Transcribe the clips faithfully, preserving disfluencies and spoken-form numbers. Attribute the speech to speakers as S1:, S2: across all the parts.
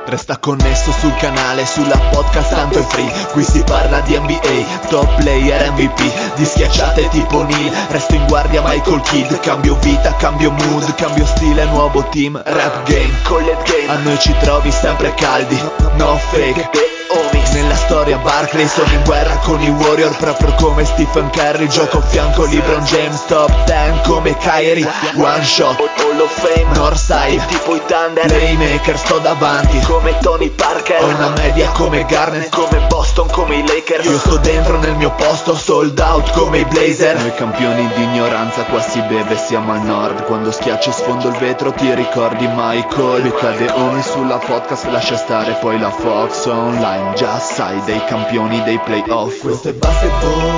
S1: Resta connesso sul canale, sulla podcast tanto è free. Qui si parla di N B A, top player M V P, di schiacciate tipo Neil. Resto in guardia Michael Kidd. Cambio vita, cambio mood, cambio stile, nuovo team. Rap game, collet game, a noi ci trovi sempre caldi. No fake, homies. Nella storia Barkley, sono in guerra con i Warrior, proprio come Stephen Curry. Gioco a fianco LeBron James, top dieci come Kyrie. One shot, Hall of Fame, Northside, tipo i Thunder. Playmaker, sto davanti come Tony Parker. Ho una media come Garnett, come Boston, come i Lakers. Io sto dentro nel mio posto, sold out come i Blazer. Noi campioni di ignoranza, qua si beve, siamo al nord. Quando schiaccio e sfondo il vetro ti ricordi Michael. Mi cade ogni sulla podcast, lascia stare poi la Fox online. Già sai, dei campioni dei playoff. Questo è basketball,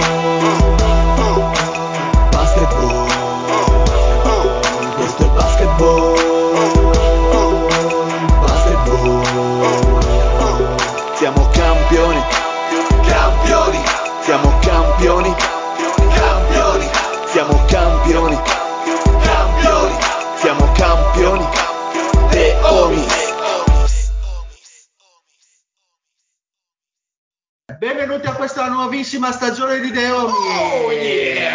S1: basketball. Questo è basketball, basketball. Siamo campioni, campioni. Siamo campioni, campioni. Siamo campioni, campioni. Siamo campioni, The Homies.
S2: Benvenuti a questa nuovissima stagione di The Homies.
S3: Oh yeah!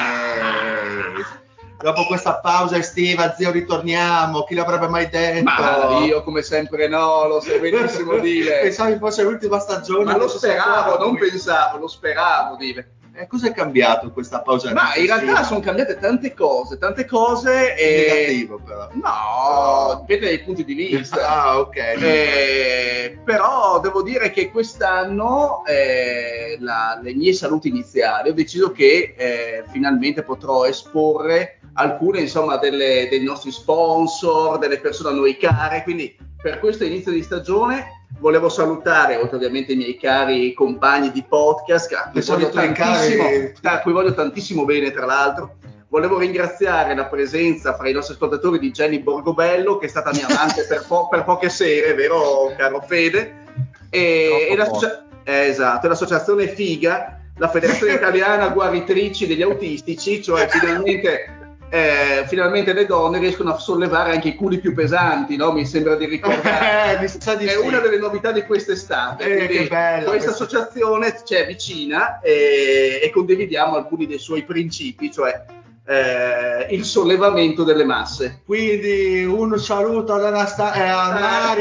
S2: Dopo questa pausa estiva, zio, ritorniamo. Chi l'avrebbe mai detto?
S3: Ma io come sempre no, lo sai benissimo dire.
S2: Pensavi fosse l'ultima stagione.
S3: Ma lo speravo, non pensavo, lo speravo dire.
S2: E cosa è cambiato questa pausa?
S3: Ma in realtà sono cambiate tante cose, tante cose e...
S2: Negativo però.
S3: No, dipende dai punti di vista.
S2: Ah, ok.
S3: Eh, però devo dire che quest'anno eh, la, le mie saluti iniziali ho deciso che eh, finalmente potrò esporre alcune, insomma, delle, dei nostri sponsor, delle persone a noi care, quindi per questo inizio di stagione volevo salutare, oltre ovviamente i miei cari compagni di podcast, a cui, voglio tantissimo, a cui voglio tantissimo bene tra l'altro. Volevo ringraziare la presenza fra i nostri ascoltatori di Jenny Borgobello, che è stata mia amante per, po- per poche sere, vero caro Fede? E, e l'associa- eh, esatto, e l'associazione FIGA, la Federazione Italiana Guaritrici degli Autistici, cioè finalmente... Eh, finalmente le donne riescono a sollevare anche i culi più pesanti, no? Mi sembra di ricordare.
S2: Eh, mi sa di
S3: è
S2: sì.
S3: Una delle novità di quest'estate.
S2: Eh, che bella
S3: questa
S2: questa
S3: associazione c'è vicina e, e condividiamo alcuni dei suoi principi, cioè eh, il sollevamento delle masse.
S2: Quindi un saluto ad Anasta- eh, a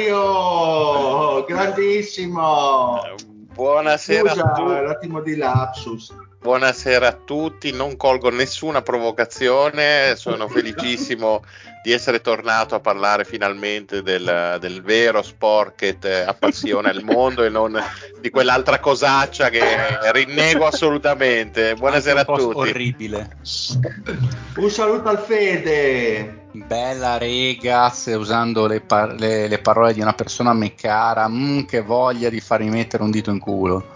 S2: Mario, grandissimo.
S4: Buonasera
S2: Scusa,
S4: a tutti.
S2: un attimo di lapsus.
S4: Buonasera a tutti, non colgo nessuna provocazione, sono felicissimo di essere tornato a parlare finalmente del, del vero sport che te appassiona il mondo e non di quell'altra cosaccia che rinnego assolutamente. Buonasera a tutti.
S5: Orribile.
S2: Un saluto al Fede.
S5: Bella regaz, usando le, par- le, le parole di una persona a me cara, mm, che voglia di farmi mettere un dito in culo.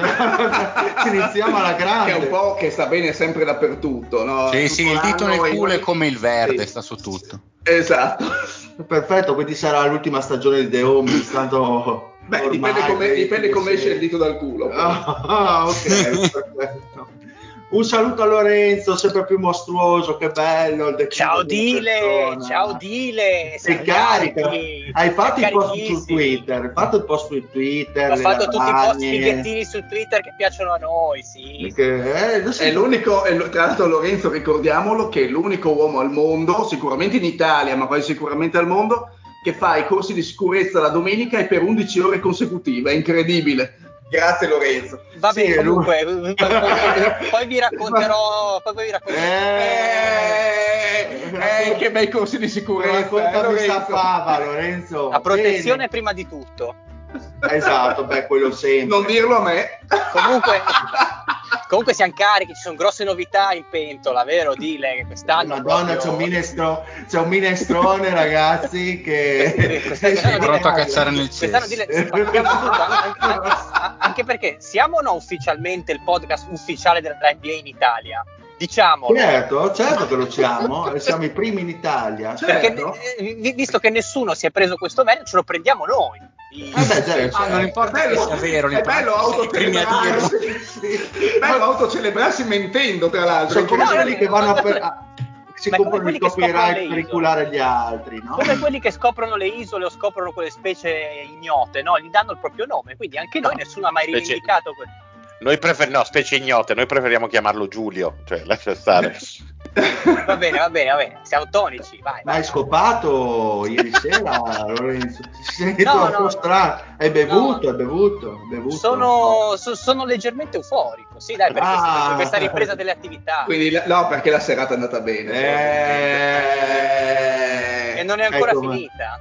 S2: Iniziamo alla grande.
S3: Che è un po' che sta bene sempre dappertutto, no?
S5: Sì, sì, il dito nel
S3: Tutto
S5: culo
S3: l'anno
S5: è come il verde,
S3: sì.
S5: sta su tutto.
S3: Esatto.
S2: Perfetto, quindi sarà l'ultima stagione di The Homies, tanto
S3: Beh,
S2: ormai,
S3: dipende come, dipende come
S2: sì.
S3: esce il dito dal culo.
S2: Ah, ok, perfetto. Un saluto a Lorenzo, sempre più mostruoso, che bello. Il
S6: Ciao Dile,
S2: persona.
S6: ciao Dile.
S2: Sei carico. Hai fatto i post su Twitter, hai fatto il post su Twitter.
S6: Ho fatto tutti i post
S2: lavagne.
S6: fighettini su Twitter che piacciono a noi, sì.
S2: Che, eh,
S3: È l'unico, è, tra l'altro Lorenzo, ricordiamolo, che è l'unico uomo al mondo, sicuramente in Italia, ma quasi sicuramente al mondo, che fa i corsi di sicurezza la domenica e per undici ore consecutive. È incredibile. Grazie Lorenzo.
S6: Va
S2: Sì,
S6: bene,
S2: lui-
S6: comunque, poi, poi- poi vi racconterò, poi vi racconterò.
S3: Eh, eh, che bei corsi di sicurezza,
S2: Raccontami
S3: eh,
S2: sta
S3: Lorenzo.
S2: fava, Lorenzo.
S6: La protezione
S2: Bene.
S6: prima di tutto.
S2: Esatto, beh, quello sempre.
S3: Non dirlo a me.
S6: Comunque, comunque siamo carichi, ci sono grosse novità in pentola, vero Dile? Che quest'anno
S2: Madonna,
S6: proprio...
S2: c'è un minestro, c'è un minestrone, ragazzi, che
S6: Quest'anno
S5: Sei
S6: Dile-
S5: pronto a cacciare nel
S6: quest'anno
S5: cesso.
S6: Dile, spacchiamo tutto, anche, anche- anche perché siamo o no ufficialmente il podcast ufficiale della N B A in Italia? Diciamolo.
S2: Certo, certo che lo siamo, siamo i primi in Italia.
S6: Perché
S2: Certo.
S6: eh, vi- visto che nessuno si è preso questo merito, ce lo prendiamo noi.
S2: Eh beh, certo,
S5: Ah, non importa che sia vero,
S3: è bello
S5: l'importante è che i primi a dirlo.
S3: autocelebrarsi, bello autocelebrarsi mentendo, tra l'altro.
S2: Cioè, come
S6: No,
S2: quelli
S6: no,
S2: che
S6: no,
S2: vanno a,
S6: no,
S2: per-
S6: no.
S2: a- si
S6: Ma è come
S2: comprano
S6: quelli
S2: il
S6: che scoprono
S2: copyright
S6: le
S2: per
S6: isole.
S2: inculare gli altri, no?
S6: Come quelli che scoprono le isole o scoprono quelle specie ignote, no? Gli danno il proprio nome, quindi anche noi
S2: No.
S6: nessuno ha mai
S4: Specie-
S6: rivendicato que-
S4: Noi prefer- no, specie ignote, noi preferiamo chiamarlo Giulio, cioè lascia stare.
S6: Va bene, va bene, va bene, siamo tonici, vai.
S2: Ma
S6: vai.
S2: hai scopato ieri sera, Lorenzo? Ti senti
S6: No,
S2: un
S6: no,
S2: po'
S6: no.
S2: strano. Hai bevuto,
S6: No.
S2: hai bevuto, hai bevuto.
S6: Sono, so- sono leggermente euforico, sì, dai, per, questi-
S2: Ah.
S6: per questa ripresa delle attività.
S3: Quindi la- no, perché la serata è andata bene.
S2: Eh,
S6: E non è ancora
S2: sai com'è.
S6: finita.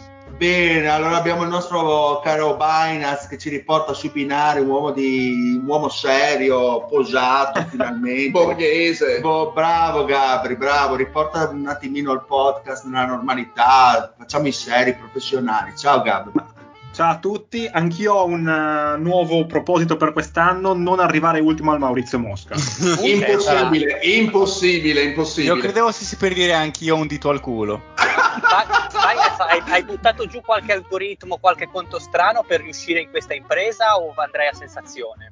S2: Bene, allora abbiamo il nostro caro Binance che ci riporta sui binari, un uomo, di, un uomo serio, posato finalmente.
S3: Borghese.
S2: Bo- bravo Gabri, bravo, riporta un attimino il podcast nella normalità, facciamo i seri professionali. Ciao Gabri.
S7: Ciao a tutti, anch'io ho un uh, nuovo proposito per quest'anno, non arrivare ultimo al Maurizio Mosca.
S3: Impossibile, impossibile, impossibile.
S5: Io credevo stessi per dire anch'io un dito al culo.
S6: Vai, vai, hai, hai buttato giù qualche algoritmo, qualche conto strano per riuscire in questa impresa o andrai a sensazione?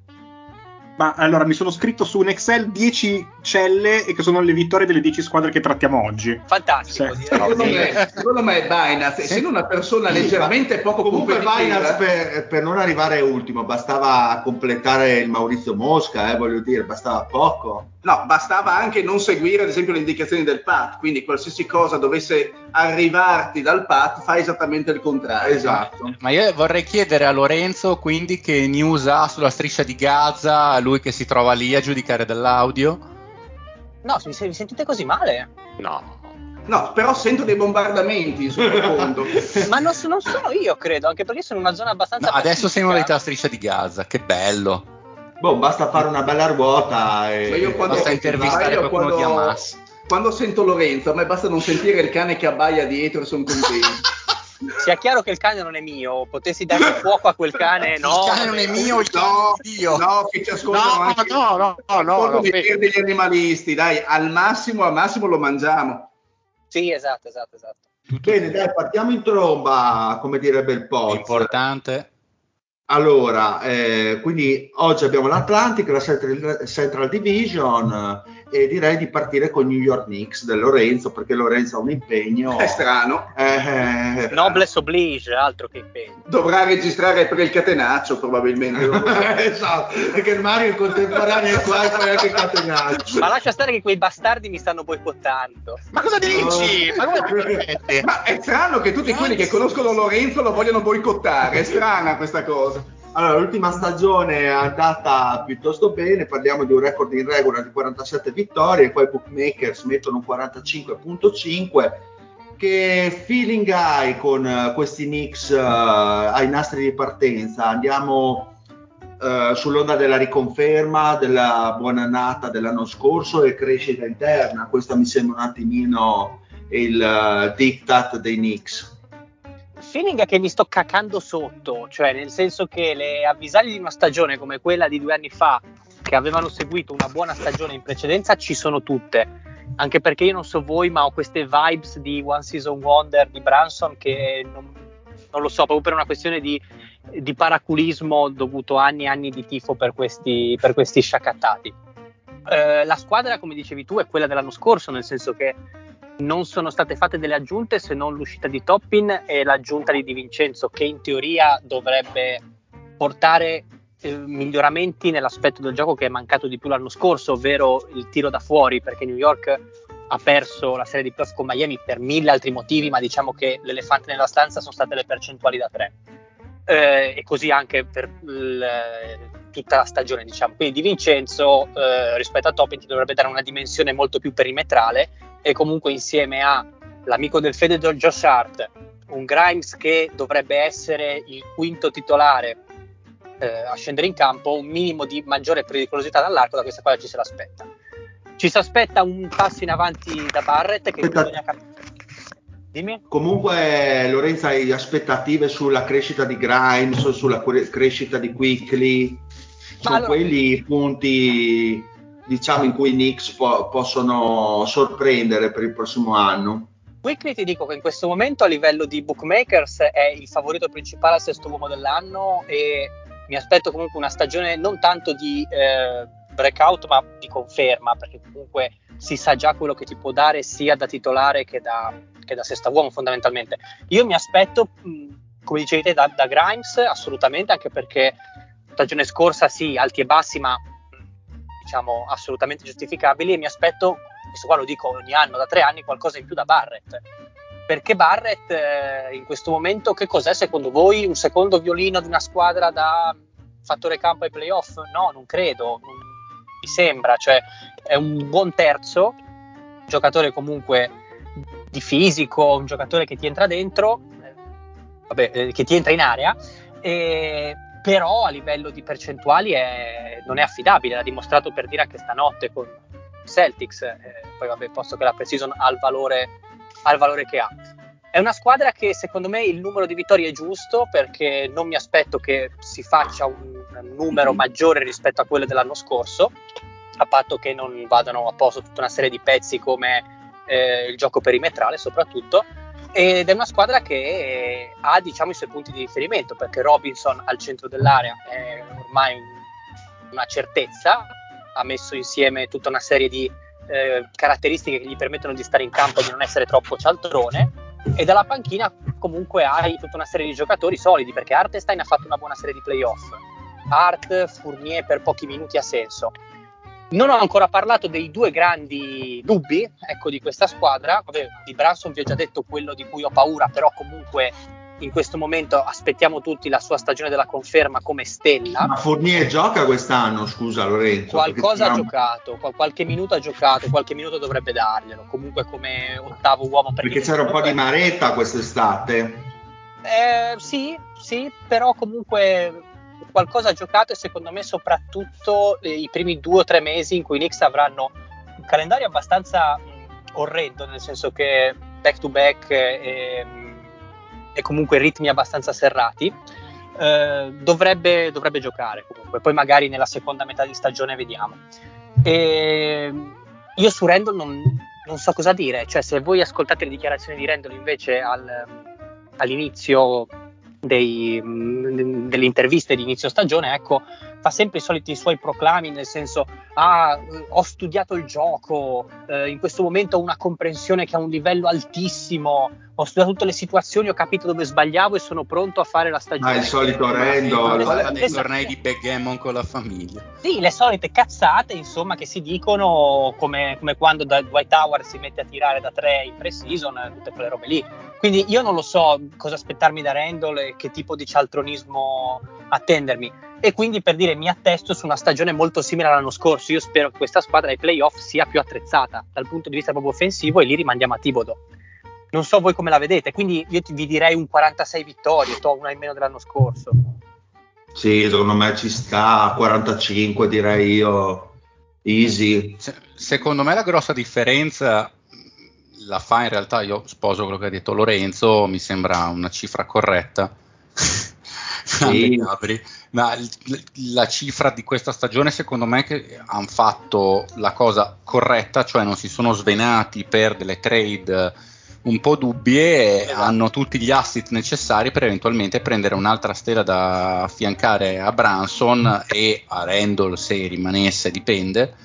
S7: Ma allora mi sono scritto su un Excel dieci celle e che sono le vittorie delle dieci squadre che trattiamo oggi.
S6: Fantastico,
S7: Sì.
S6: direi.
S3: Secondo me, secondo me Binance, essendo una persona leggermente poco
S2: Comunque
S3: competitiva,
S2: Binance per, per non arrivare ultimo bastava completare il Maurizio Mosca, eh, voglio dire, bastava poco.
S3: no, bastava anche non seguire ad esempio le indicazioni del P A T, quindi qualsiasi cosa dovesse arrivarti dal P A T fa esattamente il contrario.
S2: Esatto.
S5: Ma io vorrei chiedere a Lorenzo quindi che news ha sulla striscia di Gaza, lui che si trova lì a giudicare dell'audio.
S6: No, mi, mi sentite così male?
S4: No.
S3: No, però sento dei bombardamenti in sottofondo.
S6: Ma non, so- non sono io, credo, anche perché sono in una zona abbastanza
S5: No, adesso siamo
S6: pacifica.
S5: della striscia di Gaza, che bello.
S2: Boh, basta fare una bella ruota e...
S3: Ma io quando,
S5: Basta intervistare
S3: ma io
S5: qualcuno
S3: quando-
S5: di Hamas.
S3: Quando sento Lorenzo, a me basta non sentire il cane che abbaia dietro e sono contento.
S6: Sia chiaro che il cane non è mio, potessi dare fuoco a quel cane, no?
S5: il cane non è mio, il cane
S3: No,
S5: è Dio.
S3: no, che ci ascoltano
S4: No,
S3: anche
S4: no, no, no, no,
S3: ascoltano
S4: no,
S3: di
S4: fe-
S3: dire degli animalisti, dai, al massimo, al massimo lo mangiamo.
S6: Sì, esatto, esatto, esatto.
S2: Bene, dai, partiamo in tromba, come direbbe il Poz.
S5: Importante.
S2: Allora, eh, quindi oggi abbiamo l'Atlantic, la Central, Central Division eh, e direi di partire con New York Knicks del Lorenzo, perché Lorenzo ha un impegno.
S3: È strano.
S2: Eh,
S6: Noblesse oblige, altro che impegno.
S3: Dovrà registrare per il catenaccio probabilmente. non lo so.
S2: esatto, perché il Mario in contemporanea è qua e poi anche catenaccio.
S6: Ma lascia stare che quei bastardi mi stanno boicottando.
S4: Ma cosa dici? Ma come ti permetti?
S3: Ma è strano che tutti quelli che conoscono Lorenzo lo vogliono boicottare, è strana questa cosa.
S2: Allora, l'ultima stagione è andata piuttosto bene, parliamo di un record in regola di quarantasette vittorie, poi i bookmakers mettono un quarantacinque virgola cinque. Che feeling hai con uh, questi Knicks uh, ai nastri di partenza? Andiamo uh, sull'onda della riconferma, della buona annata dell'anno scorso e crescita interna? Questo mi sembra un attimino il uh, diktat dei Knicks.
S6: Il feeling è che mi sto cacando sotto, cioè nel senso che le avvisaglie di una stagione come quella di due anni fa, che avevano seguito una buona stagione in precedenza, ci sono tutte. Anche perché io non so voi, ma ho queste vibes di One Season Wonder di Branson che non, non lo so, proprio per una questione di, di paraculismo dovuto a anni e anni di tifo per questi, per questi sciacattati. Eh, la squadra, come dicevi tu, è quella dell'anno scorso, nel senso che non sono state fatte delle aggiunte se non l'uscita di Toppin e l'aggiunta di Di Vincenzo, che in teoria dovrebbe portare eh, miglioramenti nell'aspetto del gioco che è mancato di più l'anno scorso, ovvero il tiro da fuori, perché New York ha perso la serie di playoff con Miami per mille altri motivi, ma diciamo che l'elefante nella stanza sono state le percentuali da tre, eh, e così anche per il, tutta la stagione, diciamo. Quindi Di Vincenzo eh, rispetto a Toppin ti dovrebbe dare una dimensione molto più perimetrale, e comunque insieme a l'amico del Fede Josh Hart, un Grimes che dovrebbe essere il quinto titolare eh, a scendere in campo, un minimo di maggiore pericolosità dall'arco da questa squadra ci se l'aspetta. Ci si aspetta un passo in avanti da Barrett che
S2: Aspetta.
S6: bisogna cap- Dimmi.
S2: Comunque Lorenzo, hai aspettative sulla crescita di Grimes, sulla cre- crescita di Quickly? Sono
S6: allora-
S2: quelli i punti, diciamo, in cui i Knicks po- possono sorprendere per il prossimo anno?
S6: Quickly ti dico che in questo momento a livello di bookmakers è il favorito principale al sesto uomo dell'anno, e mi aspetto comunque una stagione non tanto di eh, breakout ma di conferma, perché comunque si sa già quello che ti può dare sia da titolare che da, che da sesta uomo fondamentalmente. Io mi aspetto, mh, come dicevi te, da, da Grimes assolutamente, anche perché stagione scorsa sì, alti e bassi, ma diciamo assolutamente giustificabili, e mi aspetto, questo qua lo dico ogni anno, da tre anni, qualcosa in più da Barrett, perché Barrett eh, in questo momento che cos'è secondo voi? Un secondo violino di una squadra da fattore campo ai playoff? No, non credo, non mi sembra, cioè è un buon terzo, un giocatore comunque di fisico, un giocatore che ti entra dentro, eh, vabbè, eh, che ti entra in area, e però a livello di percentuali è, non è affidabile, l'ha dimostrato per dire anche stanotte con Celtics, eh, poi vabbè, posto che la pre-season ha il valore, ha il valore che ha. È una squadra che secondo me il numero di vittorie è giusto, perché non mi aspetto che si faccia un, un numero maggiore rispetto a quello dell'anno scorso, a patto che non vadano a posto tutta una serie di pezzi come eh, il gioco perimetrale soprattutto. Ed è una squadra che ha, diciamo, i suoi punti di riferimento, perché Robinson al centro dell'area è ormai una certezza, ha messo insieme tutta una serie di eh, caratteristiche che gli permettono di stare in campo e di non essere troppo cialtrone, e dalla panchina comunque hai tutta una serie di giocatori solidi, perché Hartenstein ha fatto una buona serie di playoff, Hart, Fournier per pochi minuti ha senso. Non ho ancora parlato dei due grandi dubbi, ecco, di questa squadra. Vabbè, di Brunson vi ho già detto quello di cui ho paura, però comunque in questo momento aspettiamo tutti la sua stagione della conferma come stella.
S2: Ma Fournier gioca quest'anno, scusa Lorenzo?
S6: Qualcosa ha
S2: c'era...
S6: giocato, qual- qualche minuto ha giocato, qualche minuto dovrebbe darglielo, comunque come ottavo uomo. Perché,
S2: perché c'era un po'
S6: comunque...
S2: di maretta quest'estate.
S6: Eh, sì, sì, però comunque qualcosa ha giocato, e secondo me soprattutto eh, i primi due o tre mesi in cui i Knicks avranno un calendario abbastanza mh, orrendo, nel senso che back to back e, e comunque ritmi abbastanza serrati, eh, dovrebbe, dovrebbe giocare comunque, poi magari nella seconda metà di stagione vediamo. E io su Randle non, non so cosa dire, cioè se voi ascoltate le dichiarazioni di Randle invece al, all'inizio dei, mh, delle interviste di inizio stagione, ecco, fa sempre i soliti suoi proclami, nel senso: ah, ho studiato il gioco, eh, in questo momento ho una comprensione che ha un livello altissimo, ho studiato tutte le situazioni, ho capito dove sbagliavo e sono pronto a fare la stagione.
S2: Ah, il solito Randle.
S5: Parla dei tornei di backgammon con la famiglia.
S6: Sì, le solite cazzate, insomma, che si dicono, come, come quando da Dwight Howard si mette a tirare da tre in pre-season, tutte quelle robe lì. Quindi io non lo so cosa aspettarmi da Randle e che tipo di cialtronismo attendermi, e quindi, per dire, mi attesto su una stagione molto simile all'anno scorso. Io spero che questa squadra ai playoff sia più attrezzata dal punto di vista proprio offensivo, e lì rimandiamo a Thibodeau. Non so voi come la vedete, quindi io ti, vi direi un quarantasei vittorie, to una in meno dell'anno scorso.
S2: Sì, secondo me ci sta, quarantacinque direi io, easy.
S5: Se, secondo me la grossa differenza la fa in realtà, io sposo quello che ha detto Lorenzo, mi sembra una cifra corretta.
S2: Sì.
S5: Gabri. Ma la cifra di questa stagione secondo me è che hanno fatto la cosa corretta, cioè non si sono svenati per delle trade un po' dubbie, esatto. Hanno tutti gli asset necessari per eventualmente prendere un'altra stella da affiancare a Brunson e a Randle, se rimanesse, dipende,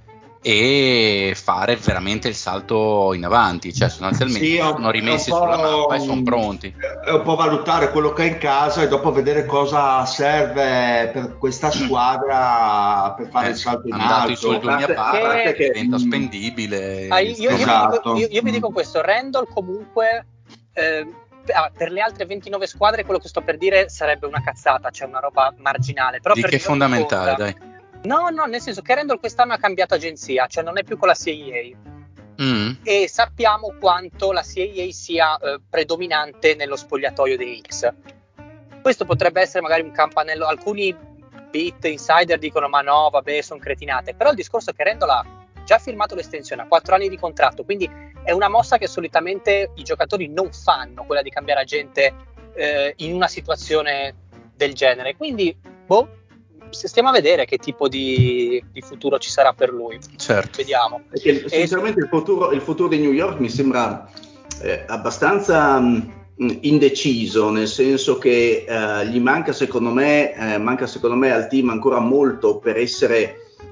S5: e fare veramente il salto in avanti, cioè sostanzialmente
S2: sì,
S5: sono rimessi sulla mappa e sono pronti.
S2: È un po' valutare quello che è in casa e dopo vedere cosa serve per questa squadra per fare
S5: eh,
S2: il salto in
S5: alto. Hanno dato i soldoni a Barra che, che diventa spendibile.
S6: Ah, io, io,
S2: esatto.
S6: vi dico, io, io vi dico questo, Randle comunque eh, per le altre ventinove squadre quello che sto per dire sarebbe una cazzata, cioè una roba marginale. Però
S5: di
S6: per
S5: che è fondamentale, conta, dai.
S6: No, no, nel senso che Randle quest'anno ha cambiato agenzia, cioè non è più con la C A A. Mm. E sappiamo quanto la C A A sia eh, predominante nello spogliatoio dei Knicks. Questo potrebbe essere magari un campanello. Alcuni beat insider dicono: ma no, vabbè, sono cretinate. Però il discorso è che Randle ha già firmato l'estensione a quattro anni di contratto, quindi è una mossa che solitamente i giocatori non fanno, quella di cambiare agente eh, in una situazione del genere. Quindi, boh, stiamo a vedere che tipo di, di futuro ci sarà per lui.
S5: Certo.
S6: Vediamo.
S3: Perché sinceramente il futuro, il futuro di New York mi sembra eh, abbastanza mh, indeciso, nel senso che eh, gli manca secondo me eh, manca secondo me al team ancora molto per essere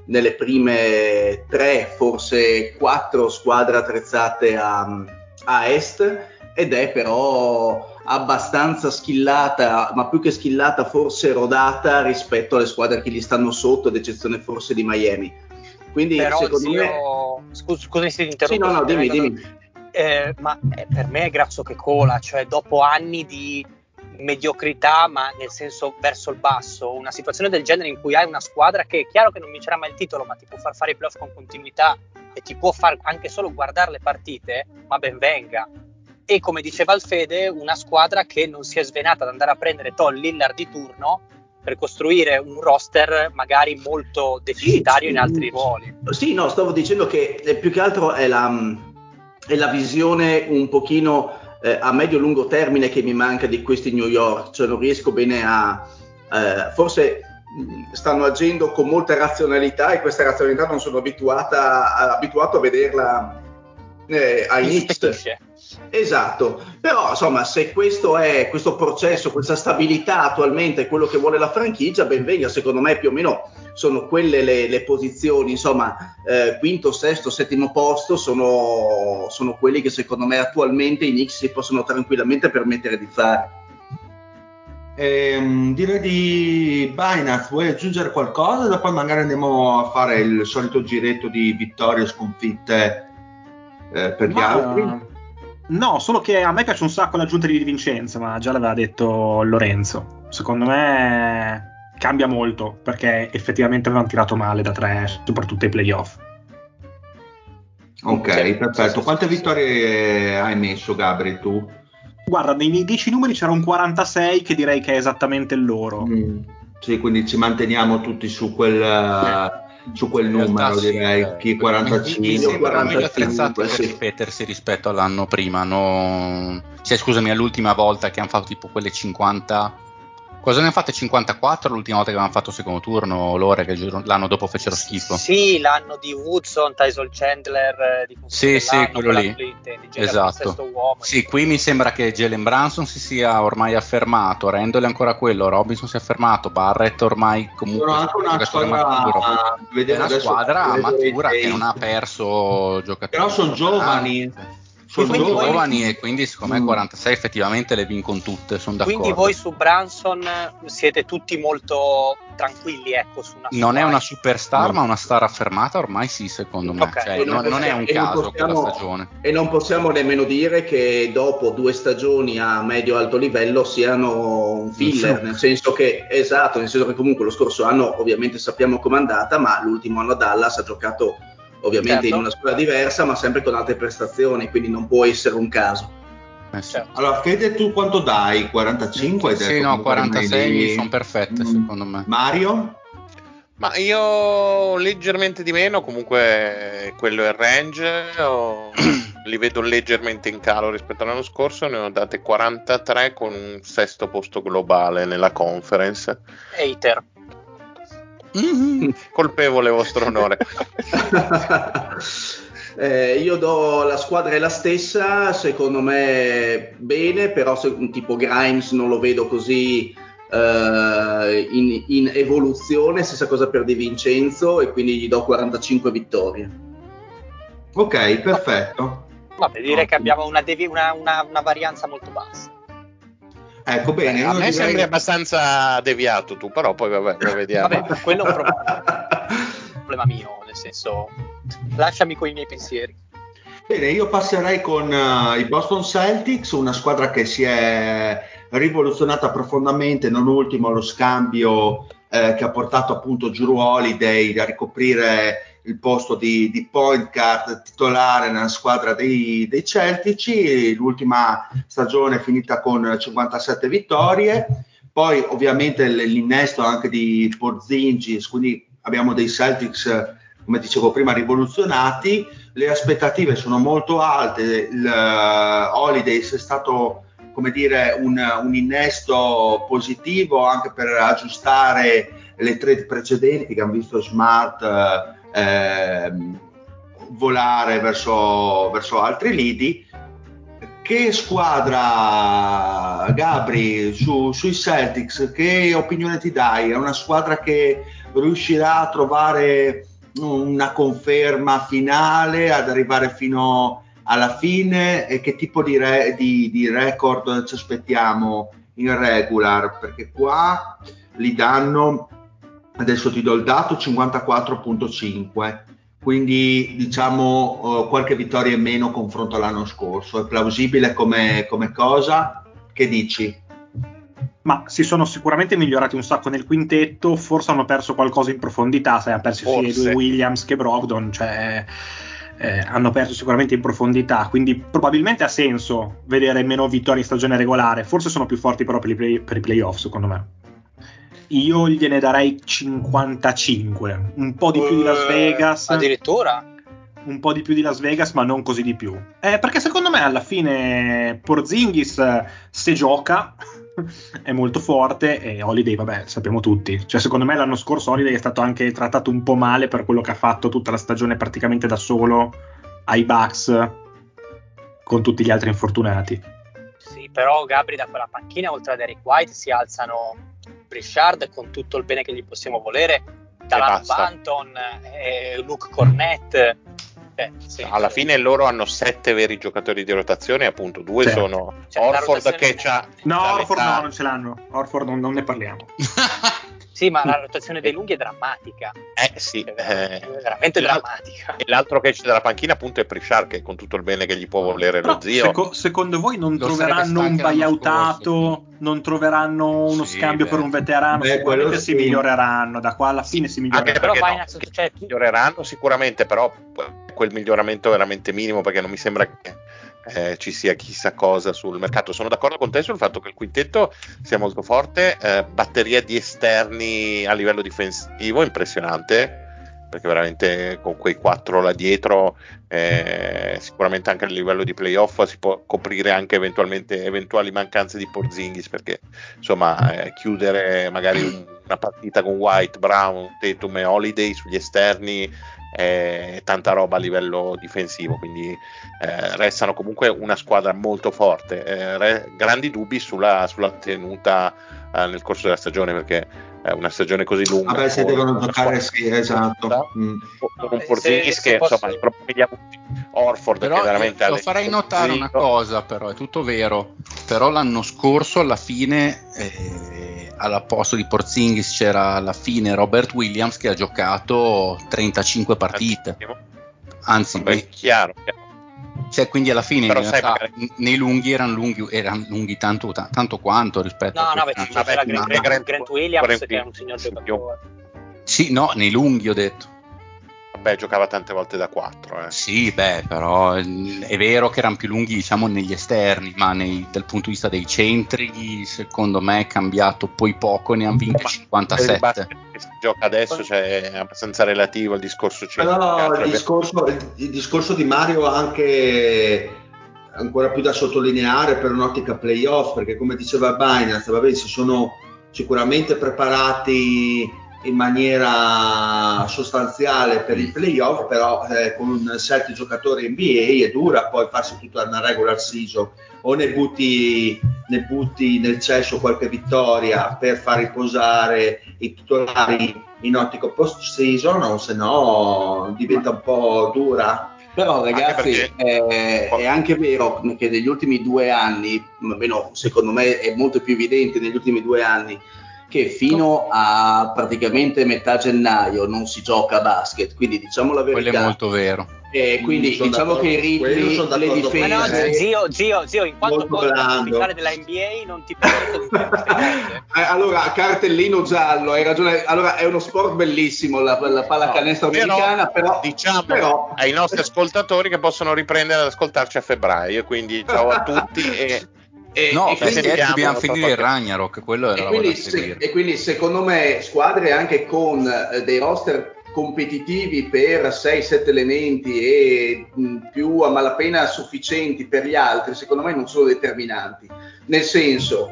S3: nelle prime tre, forse quattro squadre attrezzate a, a est, ed è però abbastanza skillata, ma più che skillata forse rodata rispetto alle squadre che gli stanno sotto, ad eccezione forse di Miami. Quindi
S6: però
S3: secondo
S6: zio,
S3: me...
S6: Scus- scusami se ti interrompo.
S3: Sì, no, no, dimmi,
S6: vengono...
S3: dimmi.
S6: Eh, ma eh, per me è grasso che cola, cioè dopo anni di mediocrità, ma nel senso verso il basso, una situazione del genere in cui hai una squadra che è chiaro che non vincerà mai il titolo, ma ti può far fare i playoff con continuità e ti può far anche solo guardare le partite, ma ben venga. E come diceva Alfede, una squadra che non si è svenata ad andare a prendere Tom Lillard di turno per costruire un roster magari molto deficitario
S3: sì,
S6: in altri ruoli.
S3: Sì, no, stavo dicendo che eh, più che altro è la, è la visione un pochino eh, a medio-lungo termine che mi manca di questi New York, cioè non riesco bene a... Eh, forse mh, stanno agendo con molta razionalità, e questa razionalità non sono abituata a, abituato a vederla eh, ai Knicks. Esatto, però insomma, se questo è questo processo, questa stabilità attualmente è quello che vuole la franchigia, ben venga. Secondo me più o meno sono quelle le, le posizioni, insomma, eh, quinto, sesto, settimo posto sono, sono quelli che secondo me attualmente i Knicks si possono tranquillamente permettere di fare.
S2: Ehm, direi di Binance, vuoi aggiungere qualcosa? Dopo magari andiamo a fare il solito giretto di vittorie e sconfitte eh, per gli
S7: Ma,
S2: altri.
S7: No, solo che a me piace un sacco l'aggiunta di Vincenzo, ma già l'aveva detto Lorenzo. Secondo me cambia molto, perché effettivamente avevano tirato male da tre, soprattutto ai playoff.
S2: Ok,
S3: Sì,
S2: perfetto.
S3: sì,
S2: Quante
S3: sì,
S2: vittorie hai messo, Gabri, tu?
S7: Guarda, nei miei dieci numeri c'era un quarantasei che direi che è esattamente il loro.
S2: Mm, sì, quindi ci manteniamo tutti su quel, uh, su quel
S5: In realtà
S2: numero,
S5: sì,
S2: direi.
S5: eh,
S2: Chi
S5: mi, mi
S2: quarantacinque,
S5: sembrano meglio attrezzati
S3: quarantacinque,
S5: per
S3: sì.
S5: ripetersi rispetto all'anno prima, no? Cioè, scusami, all'ultima volta che hanno fatto tipo quelle cinquanta. Cosa ne hanno fatte? cinquantaquattro l'ultima volta che avevano fatto secondo turno loro, che il giorno- l'anno dopo fecero schifo.
S6: Sì, l'anno di Woodson, Tyson Chandler, eh, di
S5: Sì, sì, quello lì.
S6: di Jalen
S5: Esatto.
S6: sesto uomo.
S5: Sì, qui mi sembra che Jalen Brunson si sia ormai affermato, Randall è ancora quello, Robinson si è affermato, Barrett ormai comunque
S2: sono anche una
S5: giocatore
S2: squadra,
S5: maturo. È
S2: vedevo
S5: una
S2: adesso
S5: squadra matura che non ha
S2: State,
S5: perso giocatori
S2: però sono
S5: importanti.
S2: giovani.
S5: Sono
S6: Quindi voi-
S5: giovani e quindi secondo me
S2: Mm.
S5: quarantasei effettivamente le vincono tutte, sono d'accordo.
S6: Quindi voi su Brunson siete tutti molto tranquilli, ecco, su una
S5: Non
S6: sua...
S5: è una superstar,
S2: No.
S5: ma una star affermata ormai sì, secondo me.
S6: Ok.
S5: Cioè,
S3: E non,
S5: non, non è
S3: possiamo,
S5: un
S3: e non
S5: caso
S3: possiamo-
S5: quella stagione.
S3: e non possiamo nemmeno dire che dopo due stagioni a medio-alto livello siano un filler,
S5: fluke.
S3: nel senso che, esatto, nel senso che comunque lo scorso anno ovviamente sappiamo com'è andata, ma l'ultimo anno a Dallas ha giocato ovviamente
S6: Certo.
S3: in una squadra diversa, ma sempre con altre prestazioni, quindi non può essere un caso.
S5: Eh sì.
S6: Certo.
S2: Allora, Fede, tu quanto dai? quarantacinque hai detto?
S5: Sì, no,
S2: comunque
S5: quarantasei
S2: rimani
S5: mi
S2: lì?
S5: sono perfette,
S2: Mm.
S5: secondo me.
S2: Mario?
S4: Ma io leggermente di meno, comunque quello è il range, ho- li vedo leggermente in calo rispetto all'anno scorso, ne ho date quarantatré con un sesto posto globale nella conference.
S6: Hater.
S5: Mhm.
S4: Colpevole vostro onore.
S3: Eh, io do la squadra è la stessa, secondo me bene, però se, un tipo Grimes non lo vedo così eh, in, in evoluzione, stessa cosa per Di Vincenzo, e quindi gli do quarantacinque vittorie.
S2: Ok, perfetto.
S6: Vabbè, direi che
S2: Ottimo.
S6: abbiamo una, devi- una, una, una varianza molto bassa.
S2: Ecco, bene.
S4: Beh, a
S2: io
S4: me
S2: direi-
S4: sembri abbastanza deviato tu, però poi vabbè, lo vediamo.
S6: Vabbè, quello è un problema mio, nel senso, lasciami con i miei pensieri.
S2: Bene, io passerei con uh, i Boston Celtics, una squadra che si è rivoluzionata profondamente, non ultimo lo scambio eh, che ha portato appunto Jrue Holiday a ricoprire il posto di, di point guard titolare nella squadra dei, dei Celtici. L'ultima stagione è finita con cinquantasette vittorie, poi ovviamente l'innesto anche di Porzingis, quindi abbiamo dei Celtics, come dicevo prima, rivoluzionati. Le aspettative sono molto alte, il uh, Holidays è stato, come dire, un, un innesto positivo anche per aggiustare le trade precedenti che hanno visto Smart eh, volare verso, verso altri lidi. Che squadra, Gabri, su, sui Celtics, che opinione ti dai? È una squadra che riuscirà a trovare una conferma finale ad arrivare fino alla fine, e che tipo di, re, di, di record ci aspettiamo in regular, perché qua li danno, adesso ti do il dato, cinquantaquattro virgola cinque, quindi diciamo uh, qualche vittoria in meno confronto all'anno scorso. È plausibile come, come cosa? Che dici?
S7: Ma si sono sicuramente migliorati un sacco nel quintetto, forse hanno perso qualcosa in profondità, sai, hanno perso sia due Williams che Brogdon, cioè eh, hanno perso sicuramente in profondità, quindi probabilmente ha senso vedere meno vittorie in stagione regolare, forse sono più forti però per i, play, per i playoff secondo me. Io gliene darei cinquantacinque, un po' di più di Las Vegas.
S6: Uh, addirittura?
S7: Un po' di più di Las Vegas, ma non così di più. Eh, perché secondo me alla fine Porzingis, se gioca, è molto forte, e Holiday, vabbè, sappiamo tutti. Cioè, secondo me l'anno scorso Holiday è stato anche trattato un po' male per quello che ha fatto tutta la stagione praticamente da solo ai Bucks con tutti gli altri infortunati.
S6: Sì, però Gabri, da quella panchina, oltre a Derek White, si alzano Pritchard, con tutto il bene che gli possiamo volere, Talan Banton, eh, Luke Cornett. Eh, sì,
S4: alla
S6: sì.
S4: fine loro hanno sette veri giocatori di rotazione, appunto due
S7: certo.
S4: sono
S6: cioè,
S4: Horford che c'ha
S7: no
S4: c'ha
S7: Horford
S4: l'età.
S7: no, non ce l'hanno. Horford non, non ne parliamo.
S6: Sì, ma la rotazione dei lunghi è drammatica.
S4: Eh sì,
S6: è veramente,
S4: eh,
S6: è veramente
S4: l'al-
S6: drammatica.
S4: E l'altro che esce dalla panchina appunto è Pritchard, che con tutto il bene che gli può volere
S7: Però,
S4: lo zio.
S7: seco- secondo voi non
S5: Lo
S7: troveranno un
S5: sarebbe stanchi l'anno
S7: buyoutato,
S5: scorso.
S7: non troveranno uno
S5: Sì,
S7: scambio
S5: beh.
S7: per un veterano?
S2: Beh,
S7: Sicuramente
S2: quello
S7: si
S2: sì.
S7: miglioreranno, da qua alla fine si
S4: Anche
S7: miglioreranno.
S6: Però
S4: perché
S6: vai
S4: no,
S6: in
S4: che
S6: cioè, tu-
S4: miglioreranno sicuramente, però quel miglioramento veramente minimo, perché non mi sembra che eh, ci sia chissà cosa sul mercato. Sono d'accordo con te sul fatto che il quintetto sia molto forte, eh, batteria di esterni a livello difensivo impressionante, perché veramente con quei quattro là dietro eh, sicuramente anche a livello di playoff si può coprire anche eventualmente eventuali mancanze di Porzingis, perché insomma eh, chiudere magari un, una partita con White, Brown, Tatum e Holiday sugli esterni è tanta roba a livello difensivo, quindi eh, restano comunque una squadra molto forte. Eh, re, grandi dubbi sulla, sulla tenuta eh, nel corso della stagione, perché è una stagione così lunga.
S2: Vabbè, se devono giocare, sì, esatto.
S4: Mm. Con un
S6: se-
S4: Porzingis
S6: se
S4: che
S6: posso-
S4: insomma i problemi li ha avuti. Orford
S5: Però
S4: che veramente
S5: io, lo
S4: ha
S5: farei
S4: detto
S5: notare
S4: zio.
S5: una cosa, però è tutto vero, però l'anno scorso alla fine eh, al posto di Porzingis c'era alla fine Robert Williams che ha giocato trentacinque partite, anzi
S4: Vabbè,
S5: ne-
S4: chiaro, chiaro.
S5: cioè, quindi alla fine
S4: Però
S5: in
S4: sai,
S5: realtà
S4: magari-
S5: n- nei lunghi erano lunghi, erano lunghi tanto, ta- tanto quanto rispetto
S6: No,
S5: a
S6: no, beh,
S5: quest'anno.
S6: c'era
S4: Vabbè,
S6: Grant,
S4: ma-
S6: Grant, Grant Williams,
S4: Grant
S6: che è un signor
S4: Williams,
S6: giocatore.
S5: Sì, no, nei lunghi ho detto.
S4: Vabbè, giocava tante volte da quattro. Eh.
S5: Sì, beh, però eh, è vero che erano più lunghi, diciamo, negli esterni, ma nei- dal punto di vista dei centri, secondo me è cambiato poi poco, ne hanno vinti
S4: Ma
S5: cinquantasette.
S4: il basket che si gioca adesso, cioè, è abbastanza relativo il discorso centro.
S2: Però il discorso, il, il discorso di Mario anche ancora più da sottolineare per un'ottica playoff, perché come diceva Binance, vabbè, si sono sicuramente preparati in maniera sostanziale per i playoff, però eh, con sette giocatori N B A è dura poi farsi tutta una regular season, o ne butti, ne butti nel cesso qualche vittoria per far riposare i titolari in ottico post season, o se no diventa un po' dura.
S3: Però ragazzi
S4: Anche perché-
S3: eh, è anche vero che negli ultimi due anni, almeno secondo me è molto più evidente negli ultimi due anni, che fino a praticamente metà gennaio non si gioca a basket, quindi diciamo la
S5: Quello
S3: verità.
S5: è molto vero.
S3: E quindi
S2: Sono
S3: diciamo che i
S2: quello
S3: ritmi,
S2: sono
S3: le
S2: d'accordo con
S6: Ma no,
S2: te.
S3: difese...
S6: zio, zio, zio, in quanto
S2: Molto
S6: podcast
S2: blando.
S6: ufficiale della N B A non ti permetto di dire queste cose.
S3: Eh, allora, cartellino giallo, hai ragione. Allora, è uno sport bellissimo la, la pallacanestro
S4: No, però,
S3: americana, però
S4: diciamo
S3: però,
S4: ai nostri ascoltatori che possono riprendere ad ascoltarci a febbraio, quindi ciao a tutti e,
S3: e,
S5: No,
S3: e
S5: perché
S3: quindi,
S4: sentiamo
S5: dobbiamo
S4: tra
S5: finire il
S4: qualche-
S5: Ragnarok, quello era
S3: e
S5: la
S3: quindi,
S5: volevo
S3: se-
S5: dire.
S3: e quindi secondo me squadre anche con eh, dei roster competitivi per sei sette elementi e mh, più a malapena sufficienti per gli altri, secondo me non sono determinanti. Nel senso,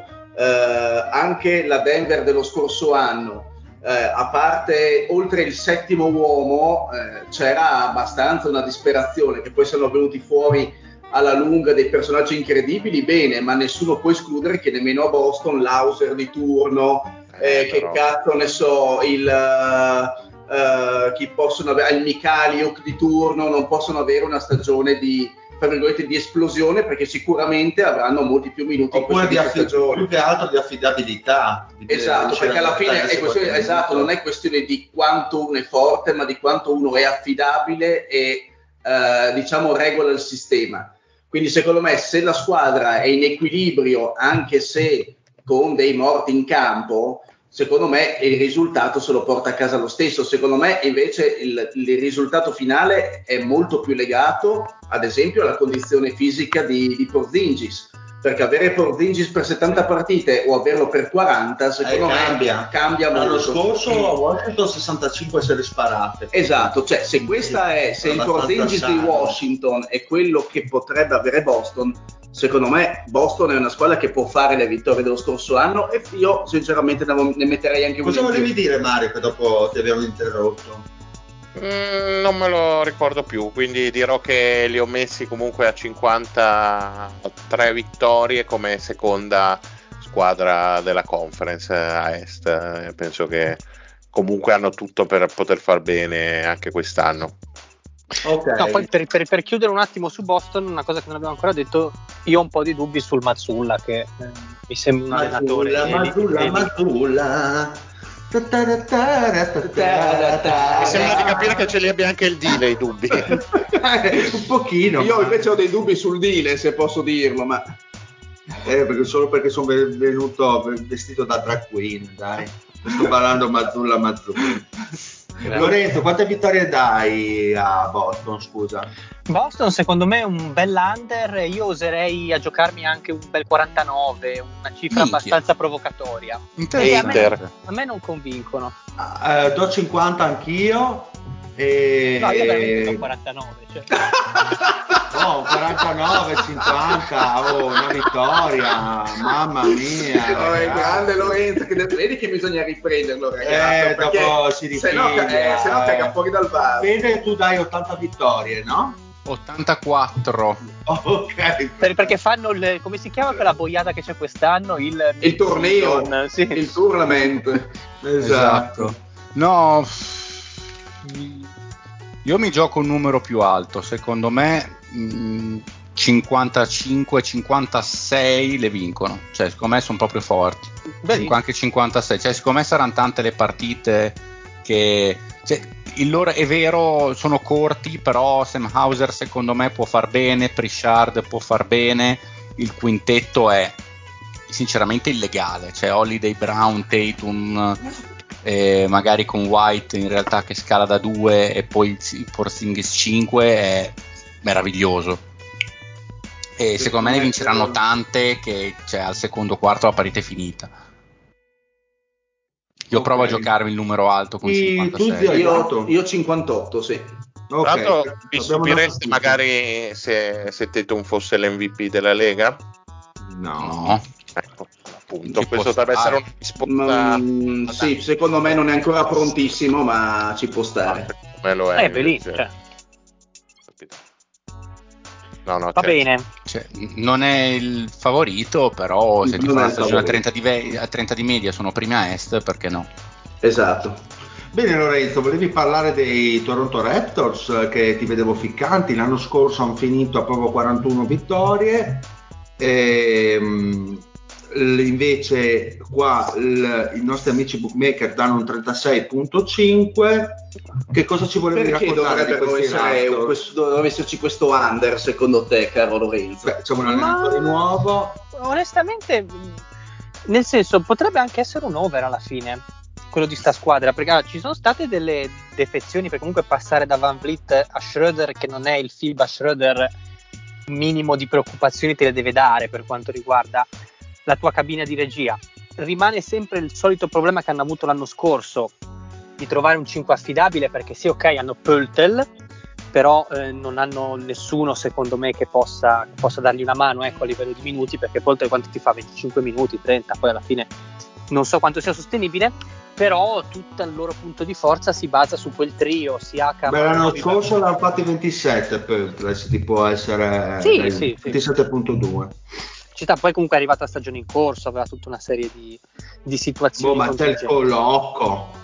S3: eh, anche la Denver dello scorso anno, eh, a parte oltre il settimo uomo, eh, c'era abbastanza una disperazione, che poi sono venuti fuori alla lunga dei personaggi incredibili, bene, ma nessuno può escludere che nemmeno a Boston l'Hauser di turno, eh, che
S4: però-
S3: cazzo ne so, il, uh, chi possono avere il Mikhailiuk di turno non possono avere una stagione di, tra virgolette, di esplosione, perché sicuramente avranno molti più minuti
S2: oppure
S3: in
S2: di
S3: questa
S2: affi-
S3: stagione.
S2: più che altro di affidabilità. Di,
S3: Esatto,
S2: di
S3: perché alla fine è questione, esatto, non
S2: è
S3: è questione di quanto uno è forte, ma di quanto uno è affidabile e uh, diciamo regola il sistema. Quindi secondo me, se la squadra è in equilibrio, anche se con dei morti in campo, secondo me il risultato se lo porta a casa lo stesso. Secondo me invece il, il risultato finale è molto più legato, ad esempio, alla condizione fisica di, di Porzingis, perché avere Porzingis per settanta partite o averlo per quaranta, secondo
S2: eh,
S3: me
S2: cambia,
S3: cambia
S2: l'anno
S3: molto.
S2: scorso a Washington sessantacinque se le sparate.
S3: Esatto, cioè se questa è, se il Porzingis di Washington è quello che potrebbe avere Boston, secondo me Boston è una squadra che può fare le vittorie dello scorso anno, e io sinceramente ne, ne metterei anche
S2: cosa
S3: uno in
S2: volevi
S3: più.
S2: dire, Mario, che dopo ti abbiamo interrotto?
S4: Mm, non me lo ricordo più, quindi dirò che li ho messi comunque a cinquantatré vittorie come seconda squadra della conference a est. Eh, penso che comunque hanno tutto per poter far bene anche quest'anno.
S2: Okay.
S6: No, poi per, per, per chiudere un attimo su Boston, una cosa che non abbiamo ancora detto, io ho un po' di dubbi sul Mazzulla, che eh, mi sembra un allenatore
S2: Mazzulla, Mazzulla.
S4: Mi sembra di capire che ce li abbia anche il Dile i dubbi.
S2: Un pochino.
S3: Io
S2: ma...
S3: invece ho dei dubbi sul Dile, se posso dirlo, ma
S2: eh, perché solo perché sono venuto vestito da drag queen, dai. Sto parlando Mazzulla, Mazzulla. Lorenzo, quante vittorie dai a Boston, scusa?
S6: Boston secondo me è un bel under, io oserei a giocarmi anche un bel quarantanove, una cifra
S5: Minchia.
S6: abbastanza provocatoria.
S5: Interessante.
S6: A me, a me non convincono.
S2: Uh, do cinquanta anch'io. E...
S6: No, io veramente do quarantanove. Cioè.
S2: No, quarantanove, cinquanta, oh, una vittoria, mamma mia.
S3: oh, è
S2: ragazzi.
S3: grande Lorenzo, che vedi che bisogna riprenderlo, ragazzo,
S2: Eh,
S3: perché
S2: dopo si
S3: se no,
S2: ripiglia,
S3: eh, se no caga fuori dal bar.
S2: Vede che tu dai ottanta vittorie, no?
S5: ottantaquattro.
S2: Oh, ok.
S6: Per, perché fanno il, come si chiama quella boiata che c'è quest'anno? Il,
S3: il torneo,
S6: season, sì.
S3: il tournament.
S2: Esatto.
S5: No, io mi gioco un numero più alto, secondo me mh, cinquantacinque cinquantasei le vincono, cioè secondo me sono proprio forti.
S6: Beh,
S5: Anche cinquantasei, cioè secondo me saranno tante le partite che, cioè, il loro è vero, sono corti, però Sam Hauser secondo me può far bene, Pritchard può far bene, il quintetto è sinceramente illegale, cioè Holiday, Brown, Tatum, eh, magari con White in realtà che scala da due e poi Porzingis cinque, è meraviglioso, e secondo me ne vinceranno tante che, cioè, al secondo quarto la partita è finita. Io
S2: Okay.
S5: provo a giocarmi il numero alto con
S2: I
S5: cinquantasei.
S2: Hai
S3: Io,
S2: dato?
S3: io cinquantotto, sì.
S2: Ok,
S4: Tra l'altro, vi
S2: abbiamo
S4: stupireste
S2: una-
S4: magari se, se Tatum fosse l'M V P della Lega?
S2: No.
S5: No,
S4: Ecco, appunto,
S5: Ci
S4: questo
S5: può
S4: dovrebbe
S5: stare.
S4: essere una risposta.
S3: Mm, sì, secondo me non è ancora prontissimo, ma ci può stare.
S4: Come lo è?
S6: Eh, beh, lì,
S4: invece.
S6: cioè.
S4: No, no,
S6: Va
S4: certo.
S6: bene.
S5: cioè, non è il favorito, però se ti
S3: Non
S5: fa
S3: è
S5: una
S3: il
S5: stagione a
S3: favorito.
S5: trenta, di ve- a trenta di media, sono primi a est, perché no?
S3: Esatto.
S2: Bene Lorenzo, volevi parlare dei Toronto Raptors che ti vedevo ficcanti, l'anno scorso hanno finito a proprio quarantuno vittorie, ehm, l- invece qua l- i nostri amici bookmaker danno un trentasei virgola cinque. Che cosa ci volevi
S3: Perché
S2: raccontare di
S3: dovrebbero
S2: questi
S3: essere
S2: Raptors?
S3: questo, dovrebbe esserci questo under secondo te, caro Lorenzo?
S2: Beh, c'è un allenatore
S6: Ma-
S2: nuovo.
S6: Onestamente, mh, nel senso, potrebbe anche essere un over alla fine, quello di sta squadra, perché ah, ci sono state delle defezioni, per comunque passare da Van Vliet a Schroeder, che non è il FIBA Schroeder, minimo di preoccupazioni te le deve dare per quanto riguarda la tua cabina di regia. Rimane sempre il solito problema che hanno avuto l'anno scorso, di trovare un cinque affidabile, perché sì, ok, hanno Pöltl, però eh, non hanno nessuno secondo me che possa, che possa dargli una mano, ecco, a livello di minuti, perché Pöltl quanto ti fa? venticinque minuti, trenta, poi alla fine non so quanto sia sostenibile, però tutto il loro punto di forza si basa su quel trio, Siakam.
S2: Beh, l'anno scorso l'hanno fatti ventisette per se ti può essere
S6: Sì,
S2: dai,
S6: sì, sì.
S2: ventisette virgola due.
S6: Città, poi comunque è arrivata la stagione in corso, aveva tutta una serie di, di
S2: Boh,
S6: situazioni
S2: ma c'è il
S6: contingenti.
S2: Colocco.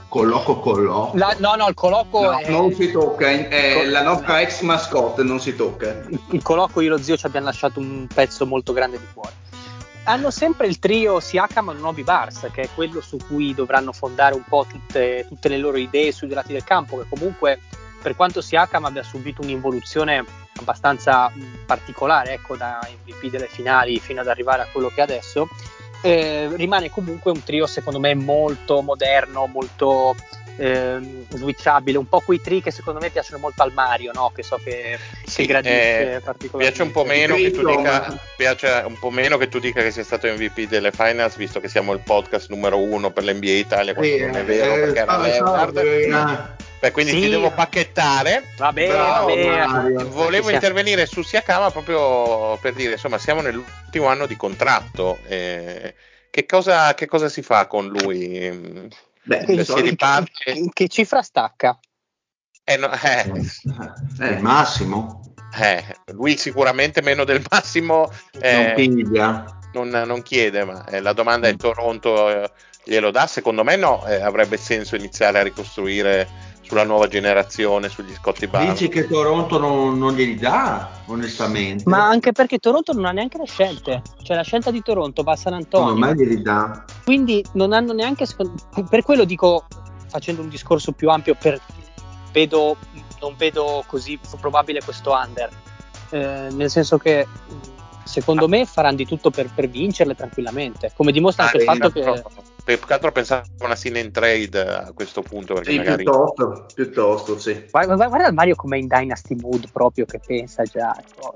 S2: Colloco colloco.
S6: La, no, no, il colloco
S3: No,
S6: è...
S3: non si tocca, è
S6: Col-
S3: la nostra ex mascotte, non si tocca.
S6: Il colloquio io e lo zio ci abbiamo lasciato un pezzo molto grande di cuore. Hanno sempre il trio Siakam e Nuovi Bars, che è quello su cui dovranno fondare un po' tutte, tutte le loro idee sui lati del campo, che comunque, per quanto Siakam abbia subito un'involuzione abbastanza particolare, ecco, da M V P delle finali fino ad arrivare a quello che è adesso, eh, rimane comunque un trio secondo me molto moderno, molto eh, switchabile, un po' quei tri che secondo me piacciono molto al Mario, no? Che so che,
S4: Sì,
S6: che gradisce
S4: eh,
S6: particolarmente.
S4: piace un po' meno che tu
S3: Cristo,
S4: dica
S3: ma-
S4: piace un po' meno che tu dica che sia stato M V P delle finals, visto che siamo il podcast numero uno per l'N B A Italia, quando
S2: Sì,
S4: non è
S2: eh,
S4: vero,
S2: eh,
S4: perché era
S2: so- so-
S4: Leonard.
S2: eh,
S4: Beh, quindi
S6: Sì.
S4: ti devo pacchettare.
S6: Va bene,
S2: Bravo,
S6: va bene.
S2: Mario.
S4: Volevo
S6: Sì.
S4: intervenire su Siakam proprio per dire, insomma, siamo nell'ultimo anno di contratto. eh, che, cosa, che cosa si fa con lui?
S3: Beh,
S4: Cioè,
S3: di
S4: si
S3: solito-
S4: riparte?
S6: Che, che cifra stacca?
S4: Eh, no, eh,
S2: eh, il massimo
S4: eh, lui sicuramente meno del massimo eh,
S2: non piglia.
S4: non, non chiede, ma eh, la domanda è: Toronto eh, glielo dà? Secondo me no, eh, avrebbe senso iniziare a ricostruire sulla nuova generazione, sugli Scottie Barnes.
S2: Dici che Toronto non, non glieli dà, onestamente?
S6: Ma anche perché Toronto non ha neanche le scelte, cioè la scelta di Toronto va a San
S2: Secondo
S6: Antonio,
S2: me glieli dà.
S6: quindi non hanno neanche, per quello dico, facendo un discorso più ampio, per, vedo, non vedo così probabile questo under, eh, nel senso che secondo me faranno di tutto per, per vincerle tranquillamente, come dimostra anche
S4: Ah,
S6: il fatto
S4: più
S6: che
S4: più che altro pensavo a una sign and trade a questo punto, perché
S3: Sì,
S4: magari
S3: piuttosto, piuttosto, sì.
S6: guarda, guarda il Mario come in Dynasty Mood proprio, che pensa già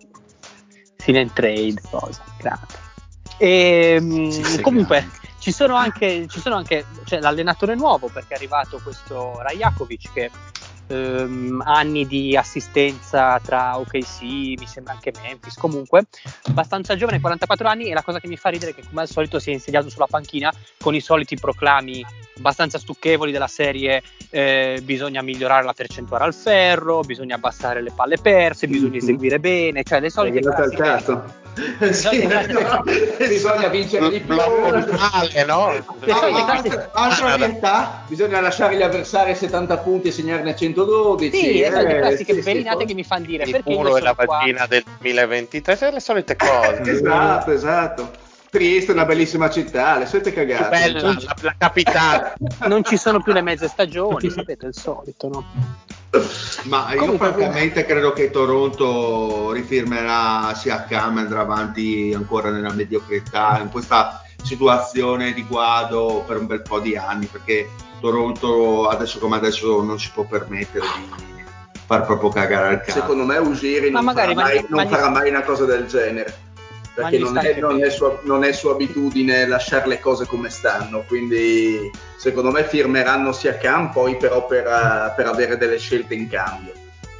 S6: sin and trade, cosa grande. E,
S2: Sì, sì,
S6: comunque
S2: grande.
S6: ci sono anche, ci sono anche c'è l'allenatore nuovo, perché è arrivato questo Rajakovic che ehm, anni di assistenza tra O K C, mi sembra anche Memphis, comunque abbastanza giovane, quarantaquattro anni, e la cosa che mi fa ridere è che come al solito si è insediato sulla panchina con i soliti proclami abbastanza stucchevoli della serie eh, bisogna migliorare la percentuale al ferro, bisogna abbassare le palle perse, bisogna eseguire bene, cioè le solite
S3: Grazie al
S6: classiche-
S3: cazzo.
S2: Sì,
S3: No, bisogna vincere di
S4: il
S3: più.
S4: blocco male, no?
S6: Le solite
S2: Ah,
S6: classiche-
S2: altra, altra realtà?
S3: Bisogna lasciare gli avversari settanta punti e segnarne centododici.
S6: Sì, le solite
S3: eh,
S6: classiche
S3: sì, sì,
S6: belinate
S3: poi-
S6: che mi fanno dire
S4: Il
S6: perché io
S4: culo e la
S6: sono qua.
S4: vagina del duemilaventitré, sono le solite cose.
S3: Esatto, esatto. Trieste è una bellissima città, le solite
S4: Più
S3: cagate.
S4: bella, la, la capitale.
S6: Non ci sono più le mezze stagioni, sapete il solito, no?
S2: Ma io
S6: Comunque-
S2: francamente credo che Toronto rifirmerà Siakam e andrà avanti ancora nella mediocrità in questa situazione di guado per un bel po' di anni, perché Toronto adesso come adesso non si può permettere di far proprio cagare al cazzo.
S3: Secondo me Usiri
S6: Ma
S3: non,
S6: magari-
S3: farà, mai,
S6: ma gli-
S3: non
S6: ma gli-
S3: farà mai una cosa del genere.
S6: Ma
S3: Perché
S6: gli
S3: non
S6: sta
S3: è,
S6: anche
S3: non,
S6: bene.
S3: è sua, non è sua abitudine lasciare le cose come stanno. Quindi secondo me firmeranno Siakam poi però per, uh, per avere delle scelte in cambio.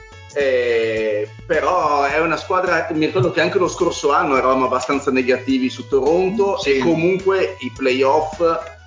S3: Eh, però è una squadra, mi ricordo che anche lo scorso anno eravamo abbastanza negativi su Toronto,
S2: Sì.
S3: e comunque i playoff,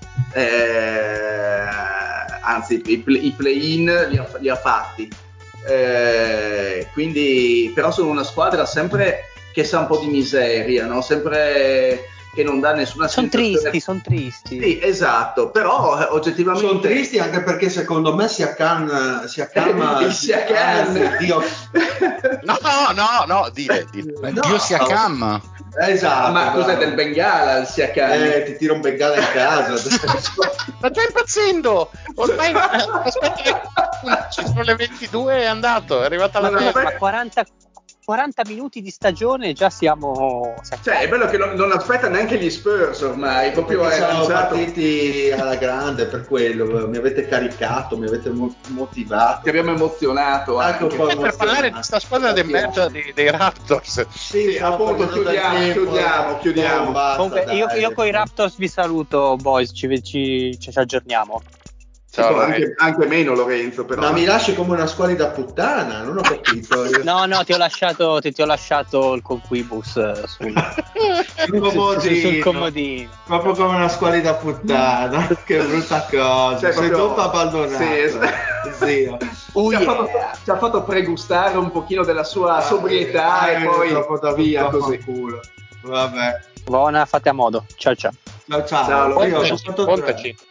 S3: eh, anzi i, play, i play-in li ha, li ha fatti. Eh, quindi però sono una squadra sempre che sa un po' di miseria, no? Sempre che non dà nessuna
S6: Sono
S3: sensazione.
S6: tristi, sono tristi.
S3: Sì, esatto, però eh, oggettivamente
S2: Sono tristi anche perché secondo me Siakam Siakam
S3: Il Siakam.
S2: eh, Dio.
S4: No, no, no, dire, dire.
S2: No.
S5: Dio Siakam.
S2: Esatto,
S3: Ma
S2: bravo.
S3: cos'è del Bengala il Siakam?
S2: Eh, ti tiro un bengala in casa.
S4: Sta già impazzendo. Ormai aspetta, ci sono le ventidue, è andato, è arrivata la
S6: Ma,
S3: no,
S6: scusa,
S3: beh-
S6: ma quaranta, quaranta minuti di stagione e già siamo, siamo
S3: Cioè, è bello che non, non aspetta neanche gli Spurs ormai, proprio
S2: Perché
S3: è
S2: siamo
S3: lanciato.
S2: partiti alla grande per quello, mi avete caricato, mi avete mo- motivato.
S3: Ti abbiamo emozionato
S2: Anche un
S3: anche.
S2: po'
S4: per parlare di
S2: emozionato.
S4: questa squadra di merda dei, dei Raptors.
S2: Sì,
S3: Sì, appunto, chiudiamo, chiudiamo, chiudiamo.
S2: No, basta,
S6: Comunque io,
S2: dai.
S6: io con i Raptors vi saluto, boys, ci, ci, ci aggiorniamo.
S4: Ciao,
S3: Tipo,
S4: Lorenzo.
S3: anche, anche meno Lorenzo, però.
S2: Ma mi lasci come una squalida puttana, non ho capito. Io-
S6: No, no, ti ho lasciato, ti, ti ho lasciato il conquibus eh, sul,
S2: Sul comodino.
S6: sul comodino.
S2: Proprio come una squalida puttana, che brutta cosa.
S3: Cioè,
S2: Sei
S3: proprio-
S2: tutto abbandonato.
S3: Sì, esatto.
S2: Zio.
S6: Oh,
S3: ci, ha fatto,
S6: yeah.
S3: ci ha fatto pregustare un pochino della sua sobrietà
S2: Eh,
S3: e poi
S2: troppo da
S3: via
S2: troppo
S3: così.
S2: culo. Vabbè.
S6: Buona, fate a modo. Ciao ciao.
S2: Ciao ciao.
S3: Ciao,
S2: Io ho
S4: Contaci,
S2: fatto tre.
S4: contaci.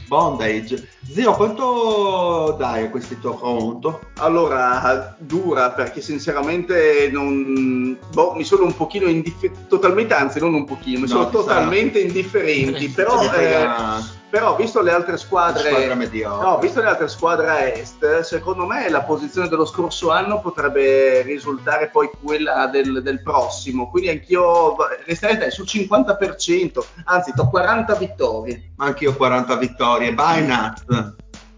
S2: Bondage. Zio, quanto dai a questi Toronto?
S3: Allora, dura, perché sinceramente non, boh, mi sono un pochino indifferenti, totalmente, anzi non un pochino, mi
S2: No,
S3: sono
S2: ti
S3: totalmente indifferenti, però,
S2: Ti frega-
S3: eh, però visto le altre squadre,
S2: Squadra mediocre.
S3: no, visto le altre squadre a est, secondo me la posizione dello scorso anno potrebbe risultare poi quella del, del prossimo, quindi anch'io resterei dai, sul cinquanta per cento, anzi do quaranta vittorie.
S2: Anch'io quaranta vittorie. Vai Nat.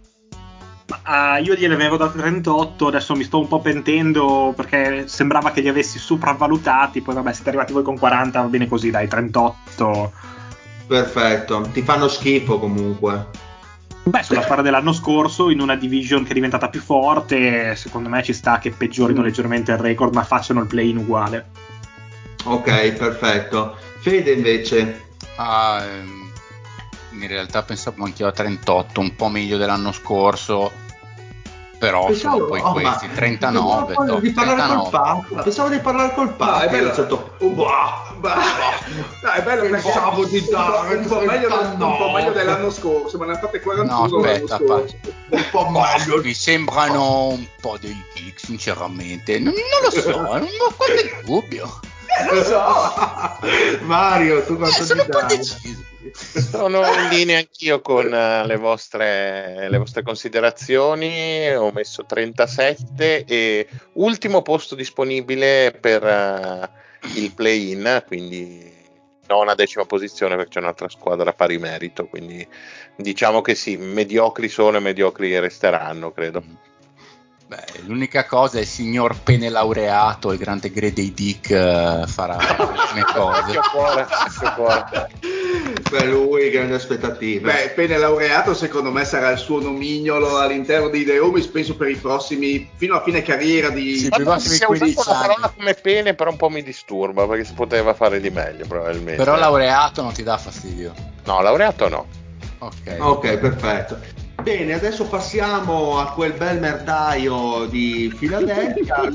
S7: Uh, io gliene avevo dato trentotto, adesso mi sto un po' pentendo perché sembrava che li avessi sopravvalutati, poi vabbè, siete arrivati voi con quaranta, va bene così, dai, trentotto.
S2: Perfetto, ti fanno schifo comunque.
S7: Beh, sulla squadra dell'anno scorso, in una division che è diventata più forte, secondo me ci sta che peggiorino
S2: Mm.
S7: leggermente il record, ma facciano il play-in uguale.
S2: Ok, perfetto. Fede invece.
S5: Ah, ehm, in realtà pensavo anch'io a trentotto, un po' meglio dell'anno scorso, però
S2: Pensavo-
S5: sono poi
S2: oh,
S5: questi
S2: ma-
S5: trentanove,
S2: pensavo
S5: top,
S2: di parlare col
S5: trentanove.
S2: Papa. Pensavo di parlare col Papa.
S3: No, è bello.
S2: Io ho detto,
S3: Un po',
S2: bah,
S3: bah, no, è bello perché
S2: Pensavo di
S3: un po',
S2: dare
S3: un po' meglio del- un po' meglio dell'anno scorso, ma ne ha fatte
S5: No,
S3: quarantuno l'anno
S5: aspetta, pa-
S3: scorso.
S2: un po'
S5: Boh,
S2: meglio.
S5: mi sembrano un po' dei geek, sinceramente. Non, non lo so, non ho qualche dubbio.
S3: Eh, lo so.
S2: Mario, tu
S5: Eh,
S2: quanto
S5: sono
S2: ti
S5: un po'
S2: dai?
S5: deciso.
S4: Sono in linea anch'io con eh, le vostre, le vostre considerazioni. Ho messo trentasette e ultimo posto disponibile per eh, il play-in, quindi nona decima posizione perché c'è un'altra squadra a pari merito, quindi diciamo che sì, mediocri sono e mediocri resteranno, credo.
S5: Beh, l'unica cosa è il signor pene laureato, il grande Grady Dick, eh, farà ottime cose.
S4: Occhio cuore, occhio cuore.
S2: Per lui grandi aspettative.
S3: Beh, Pene laureato secondo me sarà il suo nomignolo all'interno di The Homies, penso per i prossimi, fino a fine carriera di...
S5: Sì,
S4: Ma
S5: per i
S4: non
S5: prossimi
S4: si è usata
S5: quindici
S4: una
S5: anni.
S4: parola come pene, però un po' mi disturba perché si poteva fare di meglio probabilmente.
S5: Però laureato non ti dà fastidio.
S4: No, laureato no.
S5: Ok.
S2: Ok, perfetto. Bene, adesso passiamo a quel bel merdaio di Philadelphia.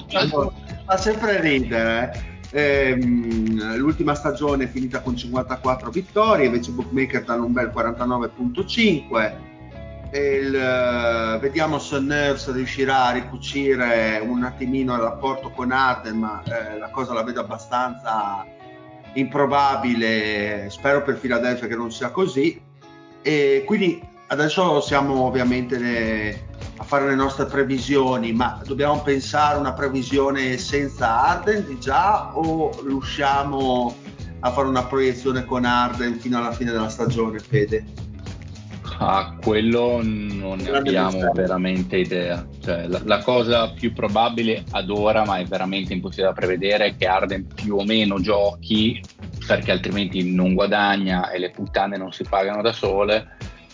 S2: Fa sempre ridere. Ehm, l'ultima stagione è finita con cinquantaquattro vittorie, invece i bookmaker danno un bel quarantanove virgola cinque. E il, eh, vediamo se Nurse riuscirà a ricucire un attimino il rapporto con Harden, ma eh, la cosa la vedo abbastanza improbabile. Spero per Philadelphia che non sia così. E quindi adesso siamo ovviamente le, a fare le nostre previsioni, ma dobbiamo pensare una previsione senza Harden di già o riusciamo a fare una proiezione con Harden fino alla fine della stagione, Fede?
S8: Ah, quello non ne
S2: Grande
S8: abbiamo
S2: mistero.
S8: veramente idea. Cioè, la, la cosa più probabile ad ora, ma è veramente impossibile da prevedere, è che Harden più o meno giochi, perché altrimenti non guadagna e le puttane non si pagano da sole.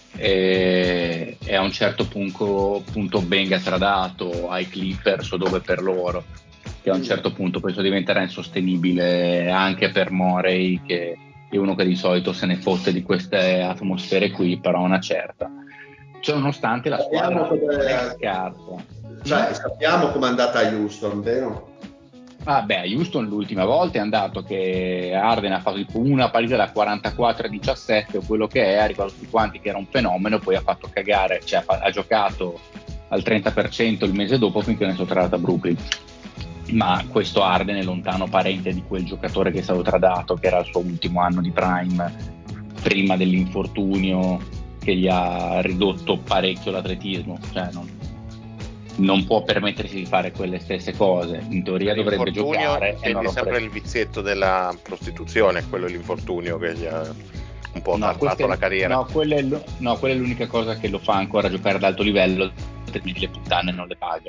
S8: E, e a un certo punto, punto venga tradato ai Clippers o dove per loro, che a un certo punto questo diventerà insostenibile anche per Morey, che è uno che di solito se ne fotte di queste atmosfere qui, però una certa. Cioè, nonostante la squadra
S2: Sappiamo
S8: non è
S2: come-
S8: scarsa.
S2: Cioè, sappiamo com'è andata a Houston, vero?
S8: Vabbè, a Houston l'ultima volta è andato che Harden ha fatto tipo una partita da quarantaquattro a diciassette o quello che è, ha arrivato tutti quanti che era un fenomeno, poi ha fatto cagare, cioè ha, ha giocato al trenta per cento il mese dopo finché ne è stato tradato a Brooklyn. Ma questo Harden è lontano parente di quel giocatore che è stato tradato, che era il suo ultimo anno di prime, prima dell'infortunio che gli ha ridotto parecchio l'atletismo, cioè non, non può permettersi di fare quelle stesse cose. In teoria dovrebbe
S4: L'infortunio,
S8: giocare e non
S4: intendi sempre
S8: rompere.
S4: il vizietto della prostituzione, quello è l'infortunio che gli ha un po'
S8: No,
S4: tardato
S8: questa è-
S4: la carriera.
S8: no, quella è, l- no, quella è l'unica cosa che lo fa ancora giocare ad alto livello, altrimenti le puttane non le paga.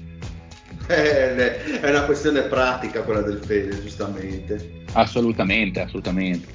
S2: Eh, È una questione pratica quella del Fede, giustamente.
S8: Assolutamente, assolutamente.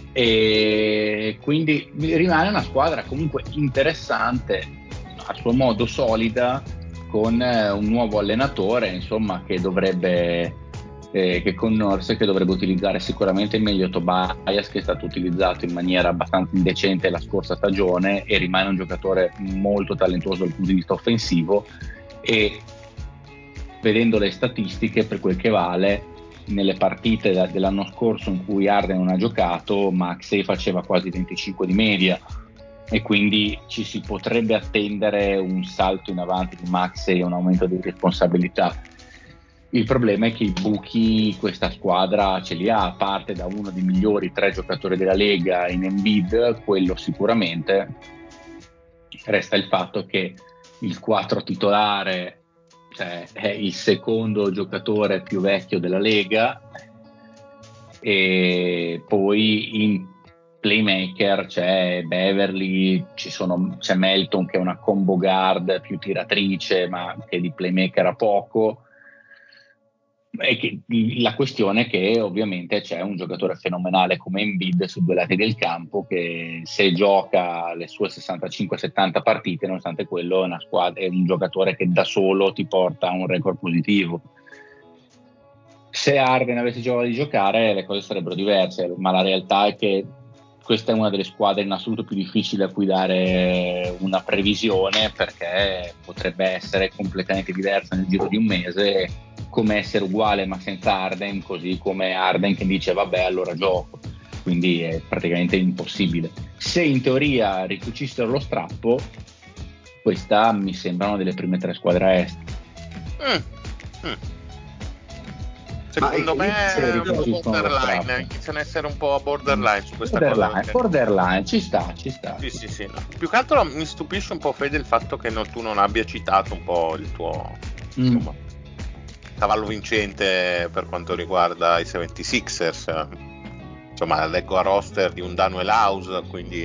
S8: E quindi rimane una squadra comunque interessante, a suo modo solida, con eh, un nuovo allenatore, insomma, che dovrebbe eh, che con Nurse che dovrebbe utilizzare sicuramente meglio Tobias, che è stato utilizzato in maniera abbastanza indecente la scorsa stagione, e rimane un giocatore molto talentuoso dal punto di vista offensivo. E vedendo le statistiche, per quel che vale, nelle partite da, dell'anno scorso in cui Harden non ha giocato, Maxey faceva quasi venticinque di media, e quindi ci si potrebbe attendere un salto in avanti di Maxey e un aumento di responsabilità. Il problema è che i buchi questa squadra ce li ha, parte da uno dei migliori tre giocatori della Lega in Embiid, quello sicuramente. Resta il fatto che il quattro titolare, cioè, è il secondo giocatore più vecchio della Lega, e poi in playmaker c'è Beverly, ci sono, c'è Melton che è una combo guard più tiratrice ma che di playmaker ha poco. E che, la questione è che ovviamente c'è un giocatore fenomenale come Embiid su due lati del campo che se gioca le sue sessantacinque settanta partite, nonostante quello è, una squadra, è un giocatore che da solo ti porta a un record positivo. Se Harden avesse giocato di giocare le cose sarebbero diverse, ma la realtà è che questa è una delle squadre in assoluto più difficili a cui dare una previsione, perché potrebbe essere completamente diversa nel giro di un mese, come essere uguale ma senza Harden, così come Harden che dice vabbè allora gioco, quindi è praticamente impossibile. Se in teoria ricucissero lo strappo, questa mi sembrano delle prime tre squadre a est.
S4: Mm. Mm. Secondo me è un po' borderline, iniziano a essere un po' borderline su questa
S8: borderline,
S4: cosa.
S8: Borderline, ci sta, ci sta.
S4: Sì, sì, sì. No. Più che altro mi stupisce un po', Fede, il fatto che no, tu non abbia citato un po' il tuo mm. insomma, cavallo vincente per quanto riguarda i settantasei ers. Insomma, leggo a roster di un Daniel House, quindi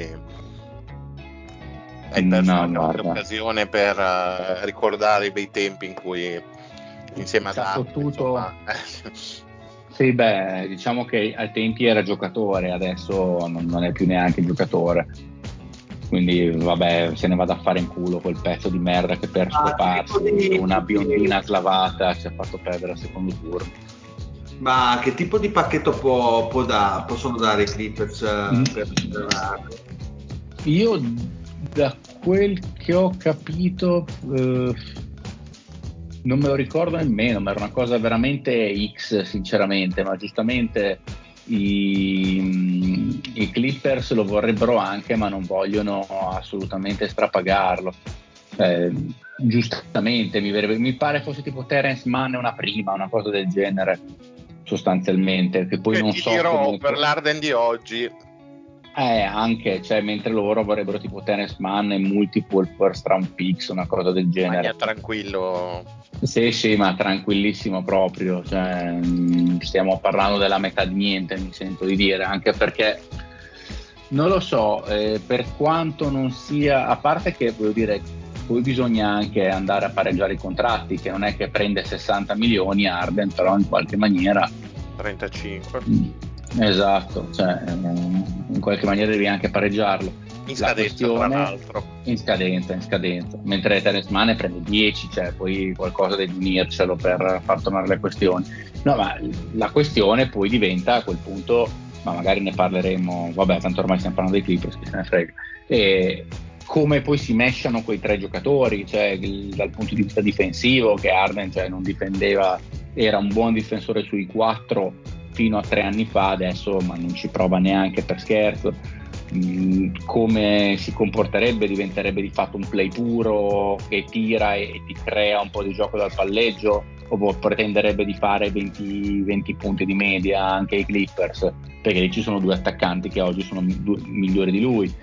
S4: hai perso no, una grande occasione per uh, ricordare i bei tempi in cui insieme a Darko, insomma.
S8: Sì, beh, diciamo che ai tempi era giocatore, adesso non, non è più neanche giocatore, quindi vabbè, se ne vada a fare in culo quel pezzo di merda che per scoparsi di... una biondina slavata ci ha fatto perdere al secondo turno.
S2: Ma che tipo di pacchetto può, può da, possono dare i Clippers mm. per, per...
S8: Io da quel che ho capito eh, non me lo ricordo nemmeno, ma era una cosa veramente X sinceramente, ma giustamente i, i Clippers lo vorrebbero anche, ma non vogliono assolutamente strapagarlo. Eh, giustamente mi, verrebbe, mi pare fosse tipo Terence Mann una prima, una cosa del genere sostanzialmente, che poi
S4: che
S8: non
S4: ti
S8: so
S4: dirò
S8: come...
S4: per l'Harden di oggi
S8: eh anche, cioè mentre loro vorrebbero tipo Terence Mann e multiple first round picks, una cosa del genere.
S4: Magna tranquillo.
S8: Sì, sì, ma tranquillissimo proprio, cioè, stiamo parlando della metà di niente, mi sento di dire, anche perché non lo so, eh, per quanto non sia, a parte che voglio dire, poi bisogna anche andare a pareggiare i contratti, che non è che prende sessanta milioni Harden, però in qualche maniera
S4: trentacinque.
S8: Esatto, cioè in qualche maniera devi anche pareggiarlo.
S4: In scadenza, tra l'altro.
S8: In scadenza, in scadenza. Mentre Terence Mann ne prende dieci, cioè poi qualcosa devi unircelo per far tornare le questioni. No, ma la questione poi diventa a quel punto, ma magari ne parleremo, vabbè, tanto ormai stiamo parlando dei Clippers, che se ne frega. E come poi si mesciano quei tre giocatori, cioè il, dal punto di vista difensivo, che Harden cioè, non difendeva, era un buon difensore sui quattro fino a tre anni fa, adesso ma non ci prova neanche per scherzo. Mm, come si comporterebbe? Diventerebbe di fatto un play puro che tira e, e ti crea un po' di gioco dal palleggio, o pretenderebbe di fare venti, venti punti di media anche i Clippers, perché lì ci sono due attaccanti che oggi sono due, migliori di lui.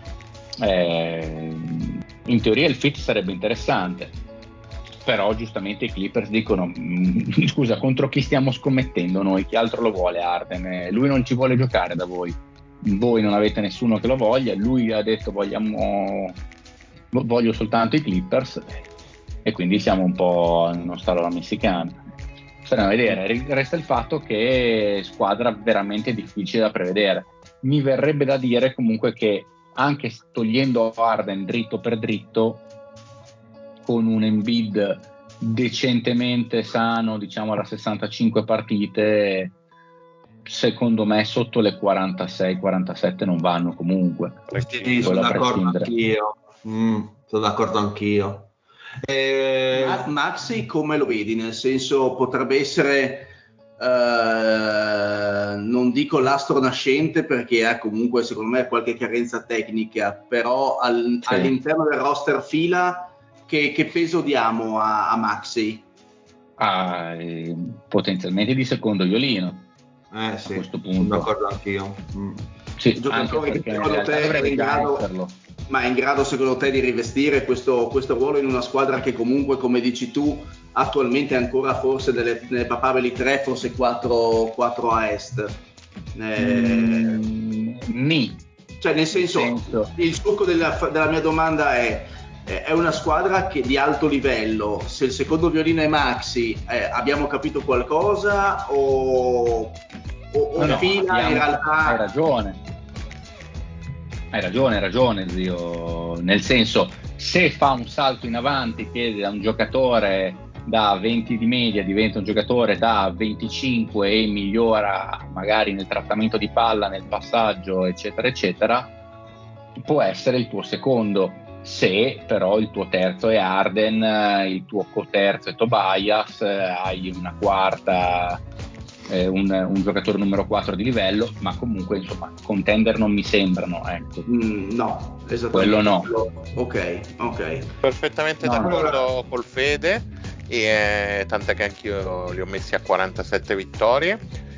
S8: Eh, in teoria il fit sarebbe interessante, però giustamente i Clippers dicono scusa, contro chi stiamo scommettendo noi? Chi altro lo vuole Harden? Lui non ci vuole giocare da voi, voi non avete nessuno che lo voglia, lui ha detto vogliamo voglio soltanto i Clippers, e quindi siamo un po' in uno stato alla messicana. Staremo a vedere. Resta il fatto che è squadra veramente difficile da prevedere. Mi verrebbe da dire comunque che anche togliendo Harden dritto per dritto, con un Embiid decentemente sano, diciamo alla sessantacinque partite, secondo me sotto le quarantasei quarantasette non vanno comunque.
S2: Sì, sono d'accordo anch'io. Mm, sono d'accordo anch'io.
S3: Eh... Ma, Maxey come lo vedi? Nel senso, potrebbe essere Uh, non dico l'astro nascente perché ha comunque secondo me qualche carenza tecnica, però al, sì. all'interno del roster fila che, che peso diamo a, a Maxey?
S8: Ah, eh, potenzialmente di secondo violino
S2: eh, sì,
S8: a questo punto.
S2: Sono d'accordo anch'io. Mm.
S8: Sì, anche perché in realtà dovrebbe
S3: in grado,
S8: esserlo.
S3: Ma è in grado secondo te di rivestire questo, questo ruolo in una squadra che comunque, come dici tu, attualmente ancora forse delle, nelle papabili tre, forse quattro, quattro a est?
S8: Eh, mm, ni.
S3: Cioè nel senso, nel senso, il succo della, della mia domanda è: è una squadra che di alto livello, se il secondo violino è Maxi, eh, abbiamo capito qualcosa o, o, o
S8: no,
S3: fila
S8: abbiamo,
S3: in realtà...
S8: Hai ragione. Hai ragione, hai ragione, zio. Nel senso, se fa un salto in avanti che da un giocatore da venti di media diventa un giocatore da venticinque e migliora magari nel trattamento di palla, nel passaggio, eccetera, eccetera, può essere il tuo secondo. Se però il tuo terzo è Harden, il tuo coterzo è Tobias, hai una quarta... Eh, un, un giocatore numero quattro di livello, ma comunque insomma contender non mi sembrano, ecco.
S3: Mm, no, esattamente.
S8: Quello no.
S3: Ok, ok.
S4: Perfettamente
S8: no,
S4: d'accordo
S3: allora...
S4: col Fede, e tant'è che anch'io li ho messi a quarantasette vittorie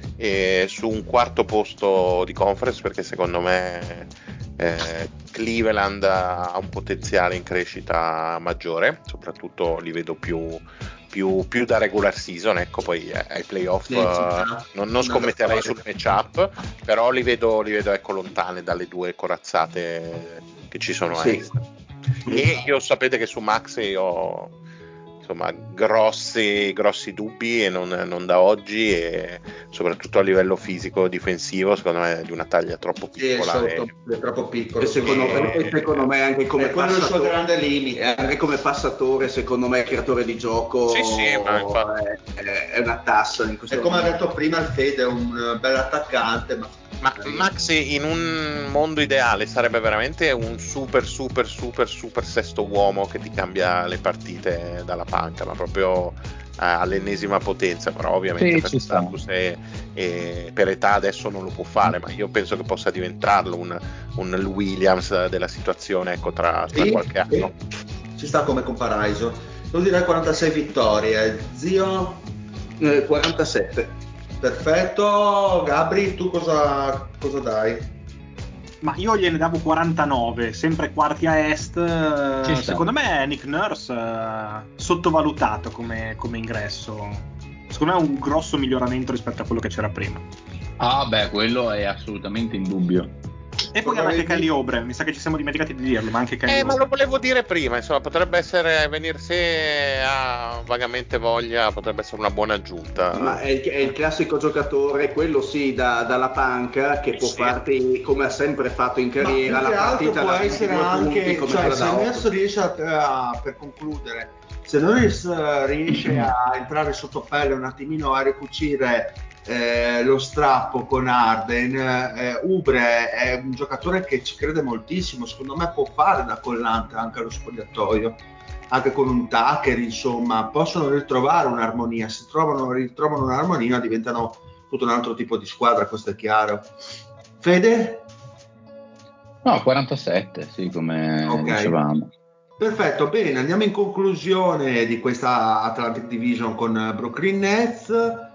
S4: e su un quarto posto di conference, perché secondo me eh, Cleveland ha un potenziale in crescita maggiore, soprattutto li vedo più Più, più da regular season, ecco, poi eh, ai playoff uh, non, non scommetterei sul matchup, però li vedo, li vedo ecco, lontane dalle due corazzate che ci sono
S3: sì.
S4: a est. E io sapete che su Max ho insomma grossi, grossi dubbi e non, non da oggi, e soprattutto a livello fisico difensivo secondo me è di una taglia troppo piccola,
S2: sì, è,
S4: e,
S2: sotto, è troppo piccolo
S3: e secondo,
S2: e,
S3: me, e secondo me anche come
S2: è quello il suo
S3: passatore,
S2: grande limite,
S3: anche come passatore secondo me creatore di gioco
S4: sì, sì, ma infatti
S3: è, è una tassa in questo
S2: e come
S3: momento.
S2: ha detto prima il Fede è un bel attaccante, ma
S4: Ma Max in un mondo ideale sarebbe veramente un super super super super sesto uomo che ti cambia le partite dalla panca, ma proprio eh, all'ennesima potenza, però ovviamente
S8: sì,
S4: per status e, e per età adesso non lo può fare, ma io penso che possa diventarlo un, un Williams della situazione, ecco, tra, tra
S2: sì,
S4: qualche anno.
S2: Sì. Ci sta come comparison. Io direi quarantasei vittorie, zio?
S3: Eh, quarantasette.
S2: Perfetto. Gabri, tu cosa, cosa dai?
S7: Ma io gliene davo quarantanove, sempre quarti a est. Secondo me Nick Nurse uh, sottovalutato come, come ingresso. Secondo me è un grosso miglioramento rispetto a quello che c'era prima.
S8: Ah beh, quello è assolutamente indubbio.
S7: E poi anche Kelly Oubre, mi sa che ci siamo dimenticati di dirlo, ma anche Kelly
S4: Eh,
S7: Oubre.
S4: ma lo volevo dire prima, insomma, potrebbe essere, venire se ha vagamente voglia, potrebbe essere una buona aggiunta.
S3: Ma è il, è il classico giocatore, quello sì, da, dalla panca, che può
S4: sì.
S3: farti, come ha sempre fatto in carriera,
S2: ma
S3: la partita
S2: può
S3: da
S2: essere
S3: punti,
S2: anche,
S3: come
S2: cioè,
S3: quella
S2: se
S3: da
S2: Nurse riesce a, a, per concludere, se Nurse riesce a entrare sotto pelle un attimino, a ricucire eh, lo strappo con Harden, eh, Oubre è un giocatore che ci crede moltissimo, secondo me può fare da collante anche allo spogliatoio, anche con un Tucker, insomma possono ritrovare un'armonia, se trovano, ritrovano un'armonia diventano tutto un altro tipo di squadra, questo è chiaro. Fede?
S8: No, quarantasette, sì, come okay. dicevamo.
S2: Perfetto, bene, andiamo in conclusione di questa Atlantic Division con Brooklyn Nets.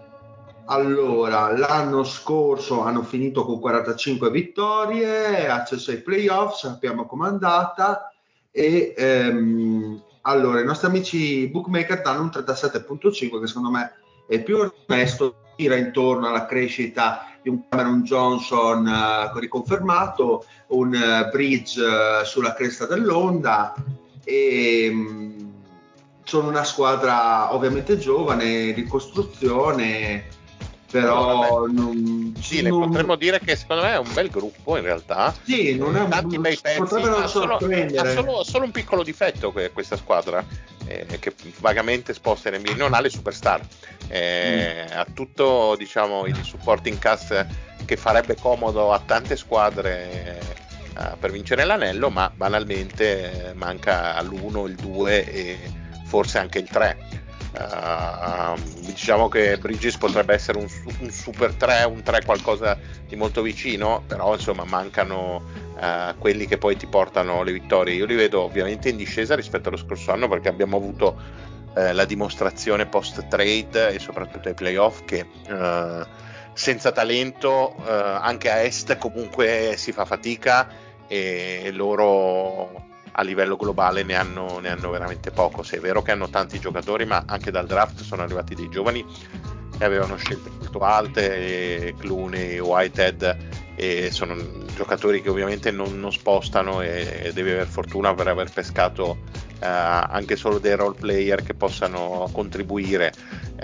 S2: Allora, l'anno scorso hanno finito con quarantacinque vittorie, accesso ai playoff, sappiamo com'è andata, e ehm, allora i nostri amici bookmaker danno un trentasette virgola cinque che secondo me è più onesto, gira intorno alla crescita di un Cameron Johnson uh, riconfermato, un uh, Bridge uh, sulla cresta dell'onda, e um, sono una squadra ovviamente giovane, di costruzione, però
S4: allora,
S2: non,
S4: sì,
S2: non...
S4: potremmo dire che secondo me è un bel gruppo in realtà.
S2: Sì, non è un,
S4: tanti bei pezzi,
S2: potrebbero
S4: ha solo,
S2: sorprendere.
S4: ha solo, solo un piccolo difetto questa squadra, eh, che vagamente sposta in N B A, non ha le superstar, eh, mm. ha tutto, diciamo, il supporting cast che farebbe comodo a tante squadre eh, per vincere l'anello, ma banalmente eh, manca l'uno, il due e forse anche il tre. Uh, diciamo che Bridges potrebbe essere un, un super tre, un tre qualcosa di molto vicino, però insomma mancano uh, quelli che poi ti portano le vittorie. Io li vedo ovviamente in discesa rispetto allo scorso anno, perché abbiamo avuto uh, la dimostrazione post trade e soprattutto ai playoff che uh, senza talento uh, anche a est comunque si fa fatica, e loro a livello globale ne hanno, ne hanno veramente poco. Se è vero che hanno tanti giocatori, ma anche dal draft sono arrivati dei giovani e avevano scelte molto alte, e Clooney, Whitehead, e sono giocatori che ovviamente non, non spostano, e, e devi aver fortuna per aver pescato eh, anche solo dei role player che possano contribuire.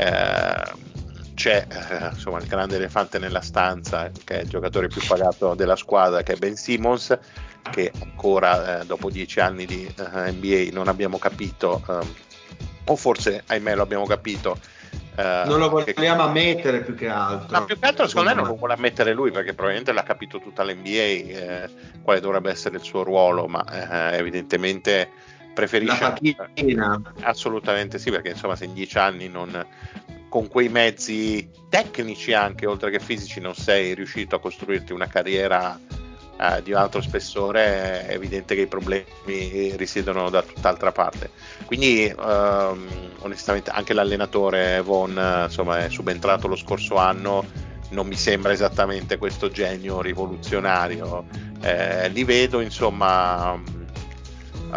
S4: Eh, c'è eh, insomma il grande elefante nella stanza, che è il giocatore più pagato della squadra, che è Ben Simmons, che ancora eh, dopo dieci anni di eh, N B A non abbiamo capito, eh, o forse ahimè lo abbiamo capito, eh,
S2: non lo vogliamo
S4: che...
S2: ammettere più che altro.
S4: Ma più che altro secondo me non lo vuole ammettere lui, perché probabilmente l'ha capito tutta l'N B A eh, quale dovrebbe essere il suo ruolo, ma eh, evidentemente preferisce
S2: la faccina.
S4: Assolutamente sì, perché insomma se in dieci anni non, con quei mezzi tecnici anche oltre che fisici, non sei riuscito a costruirti una carriera eh, di un altro spessore, è evidente che i problemi risiedono da tutt'altra parte. Quindi ehm, onestamente anche l'allenatore Von insomma è subentrato lo scorso anno, non mi sembra esattamente questo genio rivoluzionario. Eh, li vedo insomma Uh,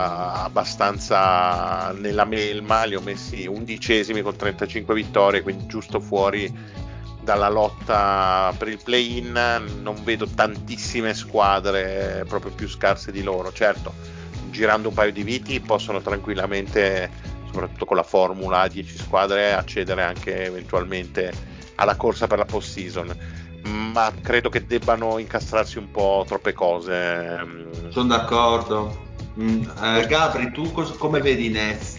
S4: abbastanza nella melma, li ho messi undicesimi con trentacinque vittorie, quindi giusto fuori dalla lotta per il play-in. Non vedo tantissime squadre proprio più scarse di loro. Certo, girando un paio di viti possono tranquillamente, soprattutto con la formula a dieci squadre, accedere anche eventualmente alla corsa per la post season, ma credo che debbano incastrarsi un po' troppe cose.
S2: Sono d'accordo. Mm, eh, Gabri, tu cos- come vedi i Nets?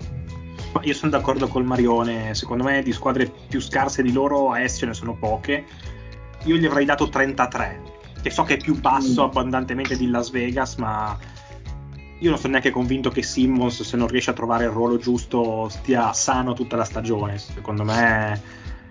S7: Ma io sono d'accordo col Marione, secondo me di squadre più scarse di loro a est ce ne sono poche. Io gli avrei dato trentatré, che so che è più basso abbondantemente di Las Vegas, ma io non sono neanche convinto che Simmons, se non riesce a trovare il ruolo giusto, stia sano tutta la stagione. Secondo me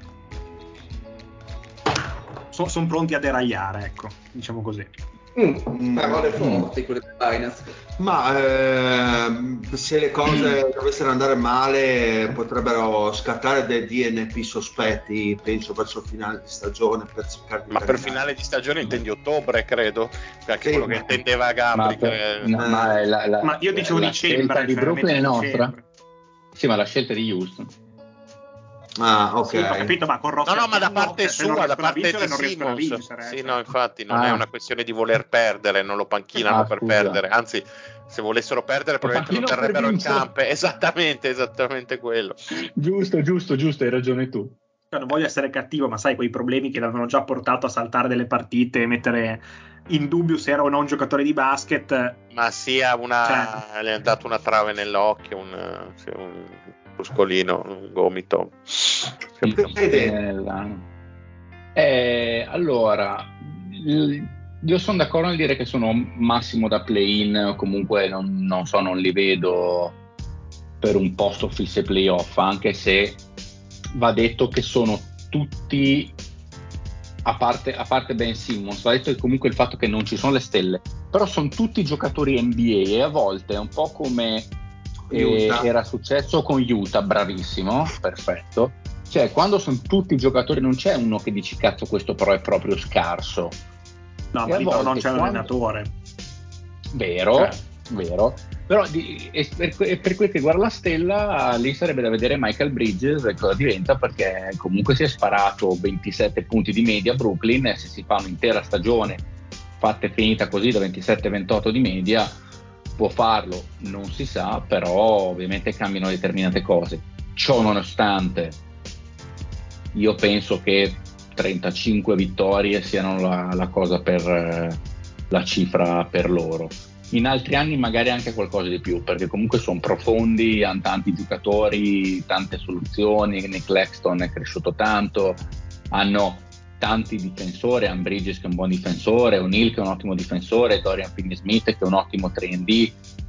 S7: so- sono pronti a deragliare, ecco, diciamo così.
S3: Mm, parole forti quelle di Binance.
S2: Ma eh, se le cose dovessero andare male potrebbero scattare dei D N P sospetti, penso verso il finale di stagione, per cercare di
S4: ma per
S2: tagliare.
S4: finale di stagione intendi ottobre, credo, anche
S2: Sì,
S4: quello che intendeva Gabri.
S8: Ma, per,
S4: che...
S8: no, ma, la, la,
S7: ma io dicevo
S8: la
S7: dicembre,
S8: scelta di
S7: cioè,
S8: Brooklyn è nostra?
S7: dicembre.
S8: Sì, ma la scelta di Houston.
S2: Ah, ok.
S7: Sì, ho capito, ma con Rossi
S4: No, no, ma da
S7: al piano,
S4: parte
S7: se non
S4: sua, da
S7: riescono a
S4: parte
S7: vincere,
S4: di
S7: non riescono a
S4: Simmons.
S7: vincere,
S4: Sì,
S7: cioè.
S4: no, infatti non
S8: Ah.
S4: è una questione di voler perdere, non lo panchinano
S8: Ah,
S4: per
S8: scusa.
S4: perdere, anzi se volessero perdere probabilmente non
S8: panchinano per
S4: terrebbero il
S8: vincere.
S4: campo. Esattamente, esattamente quello.
S8: Giusto, giusto, giusto, hai ragione tu.
S7: Non voglio essere cattivo, ma sai, quei problemi che l'avevano già portato a saltare delle partite e mettere in dubbio se era o no un giocatore di basket.
S4: Ma sia una,
S7: Cioè.
S4: gli è dato una trave nell'occhio, un, sì, un muscolino, un gomito.
S8: Eh, allora, io sono d'accordo nel dire che sono massimo da play-in, o comunque non, non so, non li vedo per un posto fisso ai playoff, anche se va detto che sono tutti, a parte, a parte Ben Simmons, va detto che comunque il fatto che non ci sono le stelle, però sono tutti giocatori N B A, e a volte è un po' come eh, era successo con Utah, bravissimo, perfetto, cioè quando sono tutti giocatori non c'è uno che dici cazzo questo però è proprio scarso,
S7: No,
S8: e
S7: ma lì però non c'è
S8: quando...
S7: l'allenatore,
S8: vero, cioè. vero, però di, e per, e per quel che riguarda la stella, lì sarebbe da vedere Michael Bridges e cosa diventa, perché comunque si è sparato ventisette punti di media a Brooklyn, e se si fa un'intera stagione fatta e finita così da ventisette ventotto di media può farlo, non si sa, però ovviamente cambiano determinate cose. Ciò nonostante io penso che trentacinque vittorie siano la, la cosa per eh, la cifra per loro. In altri anni magari anche qualcosa di più, perché comunque sono profondi, hanno tanti giocatori, tante soluzioni. Nick Claxton è cresciuto tanto, hanno tanti difensori, hanno Bridges che è un buon difensore, O'Neal che è un ottimo difensore, Dorian Finney-Smith che è un ottimo tre and D,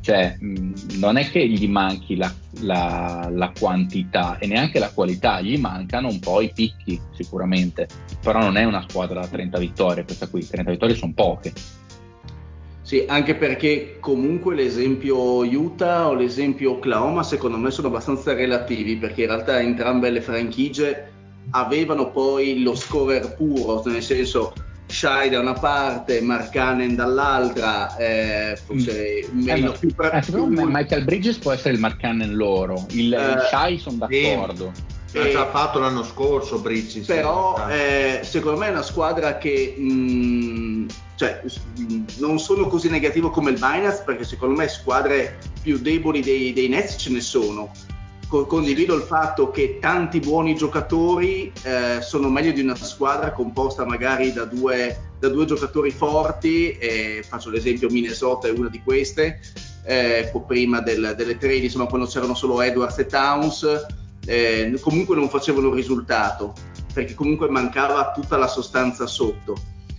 S8: Cioè, mh, non è che gli manchi la, la, la quantità e neanche la qualità, gli mancano un po' i picchi sicuramente, però non è una squadra da trenta vittorie, questa qui, trenta vittorie sono poche.
S3: Sì, anche perché comunque l'esempio Utah o l'esempio Oklahoma secondo me sono abbastanza relativi, perché in realtà entrambe le franchigie avevano poi lo scorer puro, nel senso Shai da una parte, Markkanen dall'altra, eh, forse
S8: Mm.
S3: meno
S8: eh,
S3: più,
S8: ma, eh, secondo me Michael Bridges può essere il Markkanen loro, il,
S3: Eh,
S8: il Shai sono d'accordo.
S2: L'ha già fatto l'anno scorso Bridges,
S3: però eh, secondo me è una squadra che mh, cioè, mh, non sono così negativo come il Binance, perché secondo me squadre più deboli dei, dei Nets ce ne sono. Co- condivido il fatto che tanti buoni giocatori eh, sono meglio di una squadra composta magari da due, da due giocatori forti, e faccio l'esempio Minnesota è una di queste, eh, prima del, delle trade, insomma, quando c'erano solo Edwards e Towns, eh, comunque non facevano il risultato, perché comunque mancava tutta la sostanza sotto.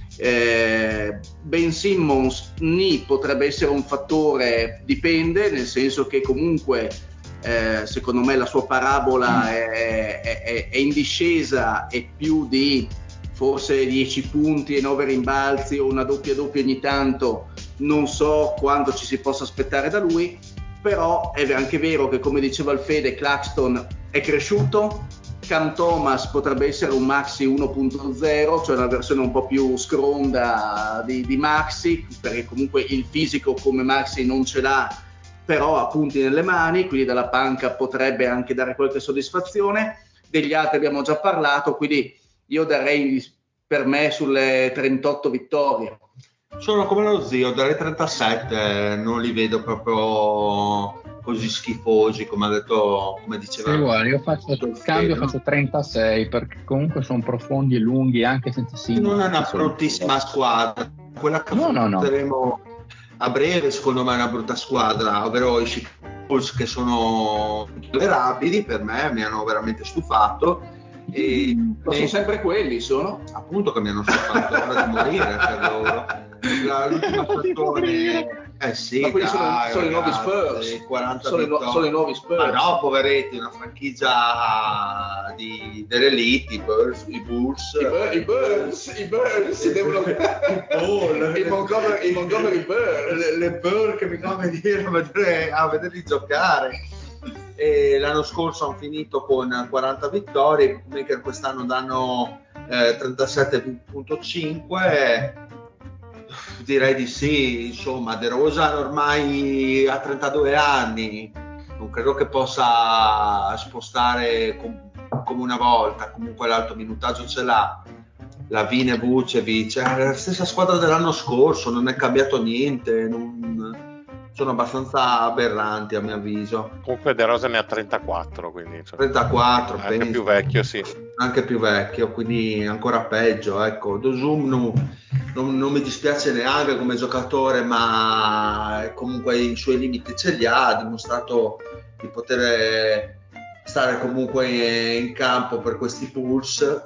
S3: Eh, Ben Simmons ni potrebbe essere un fattore, dipende, nel senso che comunque eh, secondo me la sua parabola è, è, è in discesa, e più di forse dieci punti e nove rimbalzi o una doppia doppia ogni tanto non so quanto ci si possa aspettare da lui. Però è anche vero che, come diceva il Fede, Claxton è cresciuto, Cam Thomas potrebbe essere un Maxi uno punto zero, cioè una versione un po' più scronda di, di Maxi, perché comunque il fisico come Maxi non ce l'ha, però ha punti nelle mani, quindi dalla panca potrebbe anche dare qualche soddisfazione. Degli altri abbiamo già parlato, quindi io darei per me sulle trentotto vittorie.
S2: Sono come lo zio, dalle trentasette non li vedo proprio così schifosi, come ha detto, come diceva.
S8: Sì, guarda, io faccio il cambio, faccio trentasei, perché comunque sono profondi e lunghi anche senza Simmons.
S2: Non è una bruttissima squadra, quella che
S8: no, no, no.
S2: affronteremo a breve secondo me è una brutta squadra, ovvero i Chicago Bulls, che sono intollerabili per me, mi hanno veramente stufato. E
S3: ma sono sempre quelli, sono
S2: appunto che mi hanno stufato, ora di morire per loro. La, l'ultima stagione, eh sì,
S3: ma quelli sono,
S2: dai,
S3: sono
S2: ragazzi,
S3: i nuovi Spurs,
S2: quaranta
S3: sono, i, sono i nuovi Spurs.
S2: Ma no, poveretti, una franchigia di, dell'elite, i Bulls, i Bulls,
S3: i, Bur- i Bulls, i Bulls, i devono
S2: i,
S3: i Montgomery, i Montgomery Bulls,
S2: le, le Bulls che mi fa venire a, vedere, a vederli giocare. E l'anno scorso hanno finito con quaranta vittorie, i bookmaker quest'anno danno eh, trentasette virgola cinque, direi di sì. Insomma, DeRozan ormai ha trentadue anni, non credo che possa spostare com- come una volta, comunque l'alto minutaggio ce l'ha. Lavine, Vucevic, è la stessa squadra dell'anno scorso, non è cambiato niente, non... sono abbastanza aberranti a mio avviso.
S4: Comunque De Rosa ne ha trentaquattro, quindi cioè,
S2: trentaquattro,
S4: anche
S2: penso.
S4: più vecchio, sì.
S2: Anche più vecchio, quindi ancora peggio. Ecco, Dozum non, non, non mi dispiace neanche come giocatore, ma comunque i suoi limiti ce li ha, ha dimostrato di poter stare comunque in campo per questi Bulls.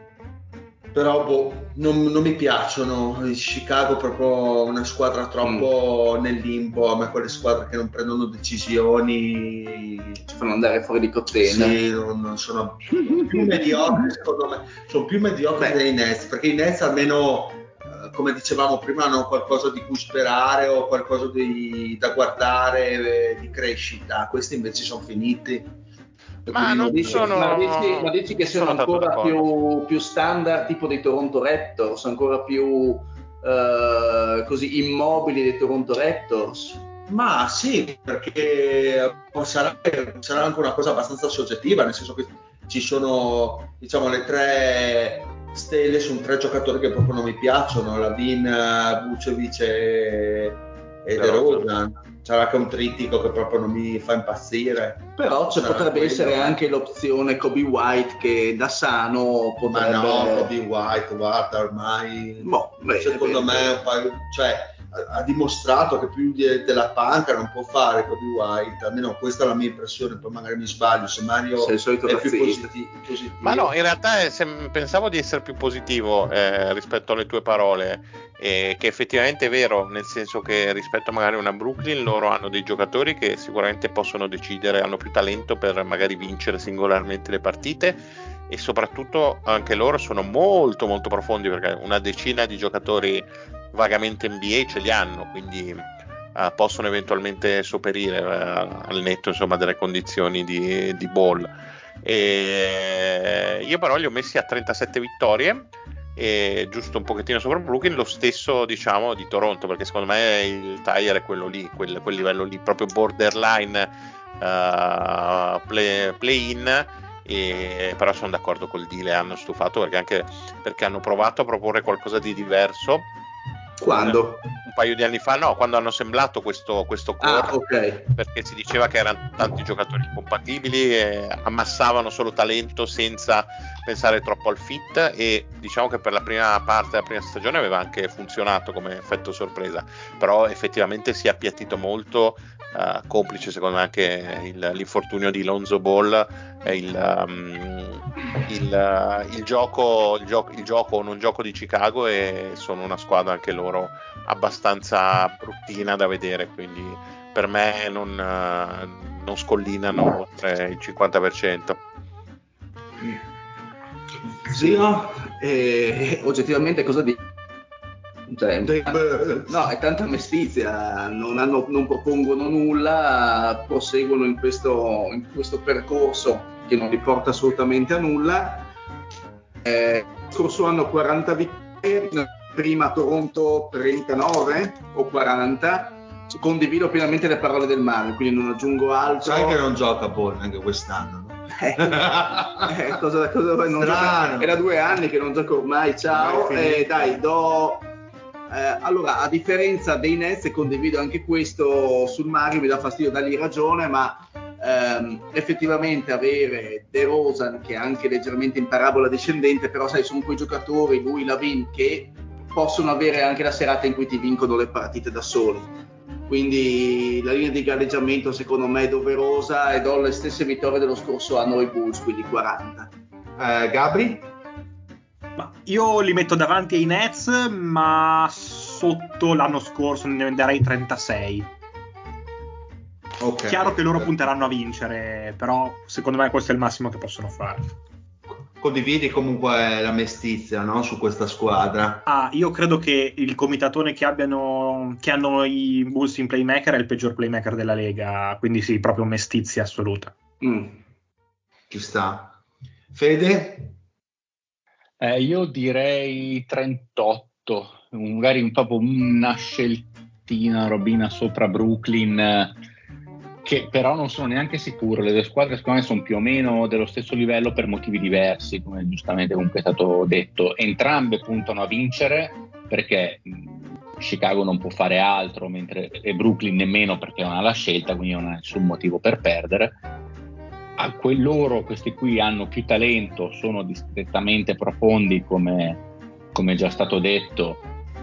S2: Però boh, non, non mi piacciono. Il Chicago è proprio una squadra troppo mm. nel limbo. A me quelle squadre che non prendono decisioni
S3: ci fanno andare fuori di cottena.
S2: Sì, non, non sono più mediocri, secondo me sono più mediocri dei Nets, perché i Nets almeno, eh, come dicevamo prima, hanno qualcosa di cui sperare o qualcosa di, da guardare, eh, di crescita. Questi invece sono finiti.
S4: Ma non
S3: dici,
S4: sono,
S3: ma dici, ma dici che sono,
S4: sono
S3: ancora più, più standard, tipo dei Toronto Raptors, ancora più uh, così immobili dei Toronto Raptors?
S2: Ma sì, perché sarà, sarà anche una cosa abbastanza soggettiva, nel senso che ci sono, diciamo, le tre stelle, sono tre giocatori che proprio non mi piacciono, Lavin, Vucevic e, e DeRozan. Sarà anche un trittico che proprio non mi fa impazzire.
S3: Però ci potrebbe quello. essere anche l'opzione Kobe White, che da sano potrebbe...
S2: Ma no, Kobe White, guarda, ormai
S3: boh, beh,
S2: secondo
S3: beh,
S2: me
S3: beh.
S2: un paio, cioè ha dimostrato che più di, della panca non può fare Kobe White, almeno questa è la mia impressione, poi magari mi sbaglio se Mario
S3: Sei il solito
S2: è più
S3: razzista.
S2: positi- positivo.
S4: Ma no, in realtà eh, se- pensavo di essere più positivo eh, rispetto alle tue parole, eh, che effettivamente è vero, nel senso che rispetto magari a una Brooklyn loro hanno dei giocatori che sicuramente possono decidere, hanno più talento per magari vincere singolarmente le partite, e soprattutto anche loro sono molto molto profondi, perché una decina di giocatori vagamente N B A ce li hanno, quindi eh, possono eventualmente sopperire eh, al netto, insomma, delle condizioni di, di ball. E io però li ho messi a trentasette vittorie, e giusto un pochettino sopra Brooklyn, lo stesso diciamo di Toronto, perché secondo me il tire è quello lì, quel, quel livello lì, proprio borderline uh, play, play-in. E però sono d'accordo col deal, hanno stufato perché anche perché hanno provato a proporre qualcosa di diverso.
S3: Quando?
S4: Un, un paio di anni fa, no, quando hanno assemblato questo, questo core,
S3: Ah, ok.
S4: perché si diceva che erano tanti giocatori incompatibili e ammassavano solo talento senza pensare troppo al fit, e diciamo che per la prima parte della prima stagione aveva anche funzionato come effetto sorpresa, però effettivamente si è appiattito molto, uh, complice secondo me anche il, l'infortunio di Lonzo Ball, il, um, il, uh, il gioco il gioco il gioco o non gioco di Chicago, e sono una squadra anche loro abbastanza bruttina da vedere, quindi per me non, uh, non scollinano oltre il cinquanta per cento.
S3: Zio, eh, oggettivamente cosa dici? Cioè, no, è tanta mestizia, non, hanno, non propongono nulla, proseguono in questo, in questo percorso che non li porta assolutamente a nulla. Eh, scorso anno quaranta vittorie, prima Toronto trentanove o quaranta. Condivido pienamente le parole del Mario, quindi non aggiungo altro.
S2: Sai che non gioca ball anche quest'anno, no?
S3: Eh, eh, cosa, cosa, non gioca, è da due anni che non gioco ormai, ciao. Eh, dai, do... Eh, allora, a differenza dei Nets, e condivido anche questo sul Mario, mi dà fastidio dargli ragione, ma ehm, effettivamente avere DeRozan, che è anche leggermente in parabola discendente, però sai, sono quei giocatori, lui, Lavin, che possono avere anche la serata in cui ti vincono le partite da soli. Quindi la linea di galleggiamento secondo me è doverosa, e do le stesse vittorie dello scorso anno ai Bulls, quindi quaranta.
S2: Eh, Gabri?
S7: Ma io li metto davanti ai Nets, ma sotto l'anno scorso ne darei trentasei.
S2: Okay.
S7: Chiaro che loro punteranno a vincere, però secondo me questo è il massimo che possono fare.
S2: Condividi comunque la mestizia, no, su questa squadra?
S7: Ah, io credo che il comitatone che abbiano che hanno i Bulls in playmaker è il peggior playmaker della Lega, quindi sì, proprio mestizia assoluta.
S3: Mm.
S2: Ci sta. Fede?
S8: Eh, io direi trentotto, magari un po' una sceltina, robina sopra Brooklyn, che però non sono neanche sicuro. Le due squadre secondo me sono più o meno dello stesso livello per motivi diversi, come giustamente comunque è stato detto. Entrambe puntano a vincere perché Chicago non può fare altro, mentre e Brooklyn nemmeno, perché non ha la scelta, quindi non ha nessun motivo per perdere. A quel loro, questi qui hanno più talento, sono discretamente profondi, come, come già stato detto,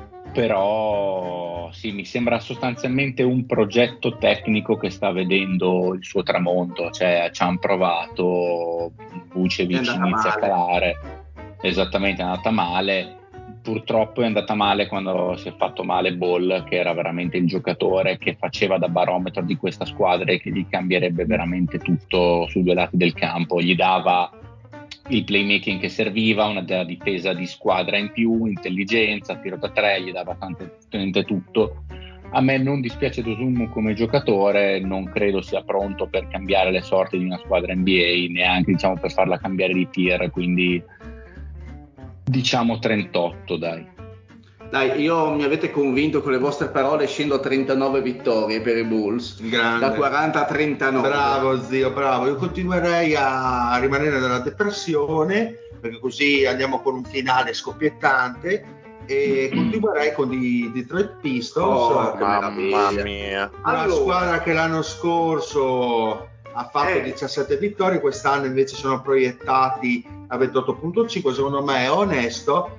S8: però sì, mi sembra sostanzialmente un progetto tecnico che sta vedendo il suo tramonto, cioè ci hanno provato, Vucevic inizia a calare, esattamente, è andata male. Purtroppo è andata male quando si è fatto male Ball, che era veramente il giocatore che faceva da barometro di questa squadra e che gli cambierebbe veramente tutto sui due lati del campo. Gli dava il playmaking che serviva, una difesa di squadra in più, intelligenza, tiro da tre, gli dava tante, tante tutto. A me non dispiace Dosunmu come giocatore, non credo sia pronto per cambiare le sorti di una squadra N B A, neanche diciamo per farla cambiare di tier, quindi diciamo trentotto, dai.
S3: Dai, io mi avete convinto con le vostre parole, scendo a trentanove vittorie per i Bulls.
S2: Grande.
S3: Da quaranta a trentanove.
S2: Bravo zio, bravo. Io continuerei a rimanere nella depressione, perché così andiamo con un finale scoppiettante, e continuerei con i Detroit Pistons.
S3: Oh, che
S4: Mamma
S3: meraviglia.
S4: mia.
S2: Una
S3: Allora.
S2: squadra che l'anno scorso ha fatto
S3: Eh.
S2: diciassette vittorie, quest'anno invece sono proiettati a ventotto virgola cinque, secondo me è onesto.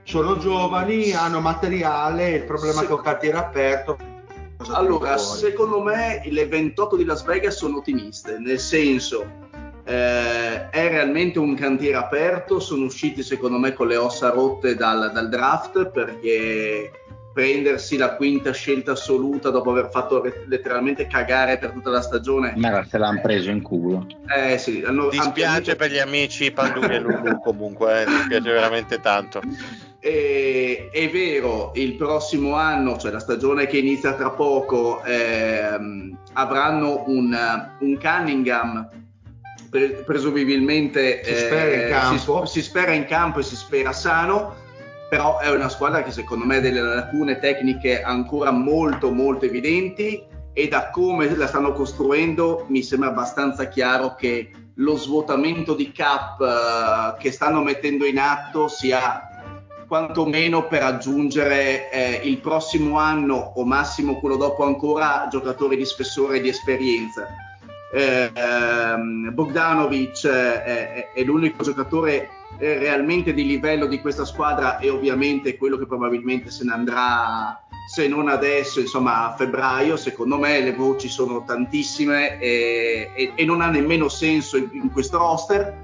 S2: sono giovani, hanno materiale, il problema
S3: Sì.
S2: è che è un cantiere aperto. Cosa
S3: Allora,
S2: tira fuori?
S3: secondo me le ventotto di Las Vegas sono ottimiste, nel senso eh, è realmente un cantiere aperto, sono usciti secondo me con le ossa rotte dal, dal draft, perché prendersi la quinta scelta assoluta dopo aver fatto letteralmente cagare per tutta la stagione,
S8: Ma se l'hanno preso in culo.
S3: eh sì, hanno
S4: Dispiace
S3: ampiamente-
S4: per gli amici Panduri e Lulu comunque, eh, dispiace veramente tanto.
S3: E, è vero, il prossimo anno, cioè la stagione che inizia tra poco, ehm, avranno un, un Cunningham pre- presumibilmente
S2: Si spera in campo.
S3: Si, si spera in campo e si spera sano, però è una squadra che secondo me ha delle lacune tecniche ancora molto molto evidenti, e da come la stanno costruendo mi sembra abbastanza chiaro che lo svuotamento di cap eh, che stanno mettendo in atto sia quantomeno per aggiungere eh, il prossimo anno o massimo quello dopo ancora giocatori di spessore e di esperienza. Eh, ehm, Bogdanovic eh, è, è l'unico giocatore eh, realmente di livello di questa squadra, e ovviamente quello che probabilmente se ne andrà, se non adesso, insomma a febbraio. Secondo me le voci sono tantissime e, e, e non ha nemmeno senso in, in questo roster.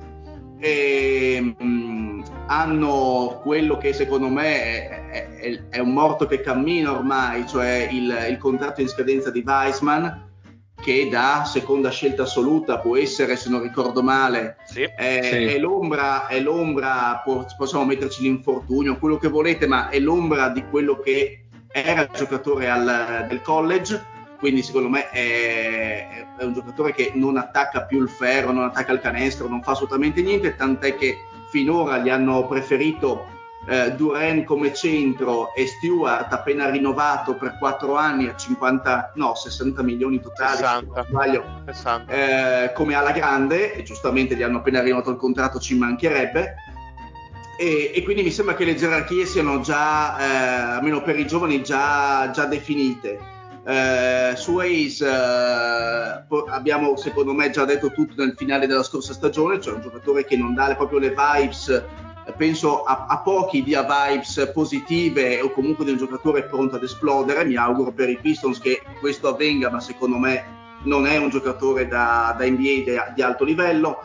S3: E, mh, hanno quello che secondo me è, è, è un morto che cammina ormai, cioè il, il contratto in scadenza di Weissman, che da seconda scelta assoluta può essere, se non ricordo male,
S4: Sì.
S3: è,
S8: Sì.
S3: è l'ombra, è l'ombra, possiamo metterci l'infortunio, quello che volete, ma è l'ombra di quello che era il giocatore al, del college. Quindi secondo me è, è un giocatore che non attacca più il ferro, non attacca il canestro, non fa assolutamente niente, tant'è che finora gli hanno preferito eh, Duren come centro e Stewart, appena rinnovato per quattro anni a cinquanta, no, sessanta milioni totali,
S4: sessanta.
S3: se non sbaglio,
S4: sessanta.
S3: eh, come alla grande, e giustamente gli hanno appena rinnovato il contratto, ci mancherebbe. E, e quindi mi sembra che le gerarchie siano già, eh, almeno per i giovani, già, già definite. Uh, su Ace uh, abbiamo secondo me già detto tutto nel finale della scorsa stagione, cioè un giocatore che non dà proprio le vibes, penso a, a pochi dia vibes positive, o comunque di un giocatore pronto ad esplodere. Mi auguro per i Pistons che questo avvenga, ma secondo me non è un giocatore da, da N B A di, di alto livello.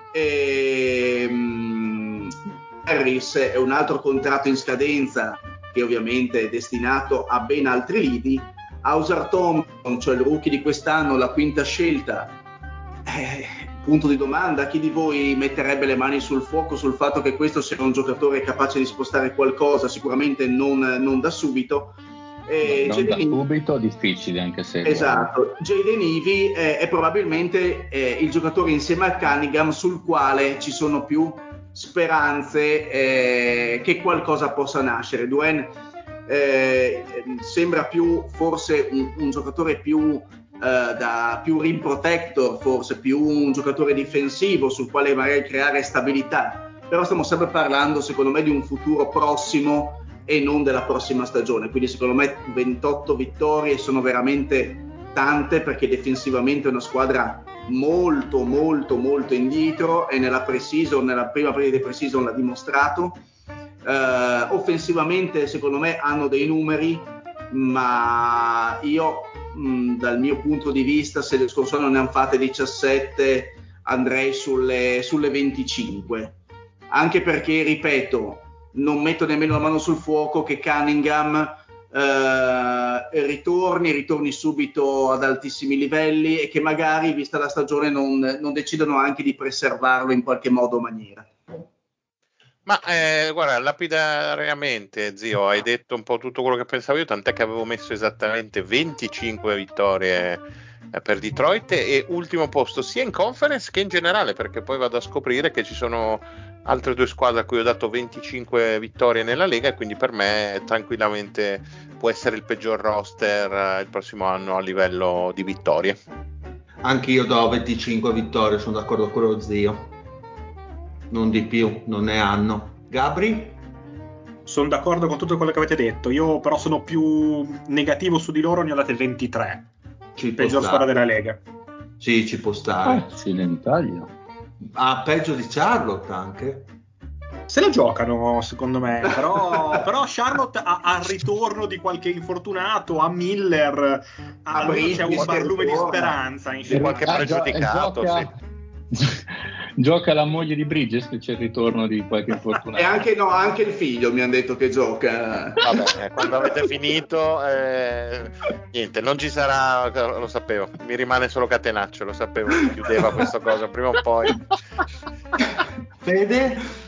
S3: E, um, Harris è un altro contratto in scadenza che ovviamente è destinato a ben altri lidi. Hauser Thompson, cioè il rookie di quest'anno, la quinta scelta, eh, punto di domanda: chi di voi metterebbe le mani sul fuoco sul fatto che questo sia un giocatore capace di spostare qualcosa? Sicuramente non, non da subito.
S8: Eh, non da
S3: Jaden
S8: subito, difficile anche se
S3: esatto, Jaden Ivey è, è probabilmente eh, il giocatore insieme al Cunningham sul quale ci sono più speranze eh, che qualcosa possa nascere. Duen Eh, sembra più forse un, un giocatore più eh, da più rim protector, forse più un giocatore difensivo sul quale magari creare stabilità, però stiamo sempre parlando secondo me di un futuro prossimo e non della prossima stagione. Quindi secondo me ventotto vittorie sono veramente tante, perché difensivamente è una squadra molto molto molto indietro, e nella pre-season, nella prima partita di pre-season l'ha dimostrato. Uh, offensivamente secondo me hanno dei numeri, ma io mh, dal mio punto di vista, se lo scorso anno ne hanno fatte diciassette, andrei sulle, sulle venticinque, anche perché, ripeto, non metto nemmeno la mano sul fuoco che Cunningham uh, ritorni ritorni subito ad altissimi livelli, e che magari, vista la stagione, non, non decidono anche di preservarlo in qualche modo o maniera.
S4: Ma eh, guarda, lapidariamente, zio, hai detto un po' tutto quello che pensavo io, tant'è che avevo messo esattamente venticinque vittorie eh, per Detroit, e ultimo posto sia in conference che in generale, perché poi vado a scoprire che ci sono altre due squadre a cui ho dato venticinque vittorie nella Lega, e quindi per me tranquillamente può essere il peggior roster eh, il prossimo anno a livello di vittorie.
S2: Anche io do venticinque vittorie, sono d'accordo con lo zio. Non di più, non ne hanno. Gabri?
S7: Sono d'accordo con tutto quello che avete detto. Io però sono più negativo su di loro, ne ho date ventitré.
S2: Ci
S7: Peggior squadra della Lega.
S2: Sì, ci può stare.
S8: accidentaglio.
S2: Ah, peggio di Charlotte anche.
S7: Se la giocano, secondo me, però, però Charlotte ha, ha il ritorno di qualche infortunato, a Miller, a lui c'è un barlume di speranza in
S4: di qualche
S8: Ah,
S4: pregiudicato,
S8: gioca,
S4: sì.
S8: gioca la moglie di Bridges, che c'è il ritorno di qualche infortunato.
S3: E anche, no, anche il figlio mi hanno detto che gioca.
S4: Vabbè, eh, quando avete finito, eh, niente, non ci sarà, lo sapevo, mi rimane solo Catenaccio, lo sapevo che chiudeva questa cosa prima o poi.
S2: Fede?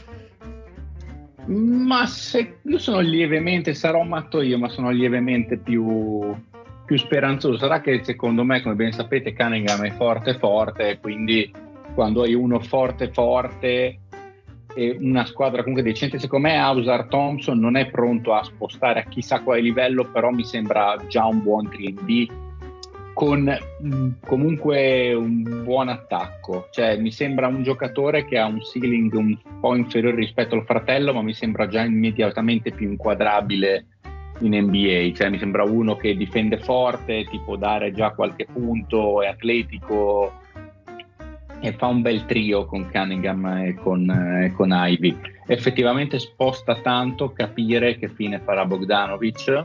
S8: Ma se io sono lievemente, sarò matto io, ma sono lievemente più, più speranzoso. Sarà che secondo me, come ben sapete, Cunningham è forte forte, quindi quando hai uno forte forte e una squadra comunque decente, secondo me Ausar Thompson non è pronto a spostare a chissà quale livello, però mi sembra già un buon tre and D con mh, comunque un buon attacco. Cioè mi sembra un giocatore che ha un ceiling un po' inferiore rispetto al fratello, ma mi sembra già immediatamente più inquadrabile in N B A. Cioè mi sembra uno che difende forte, ti può dare già qualche punto, è atletico e fa un bel trio con Cunningham e con, eh, con Ivy. Effettivamente sposta tanto capire che fine farà Bogdanovic,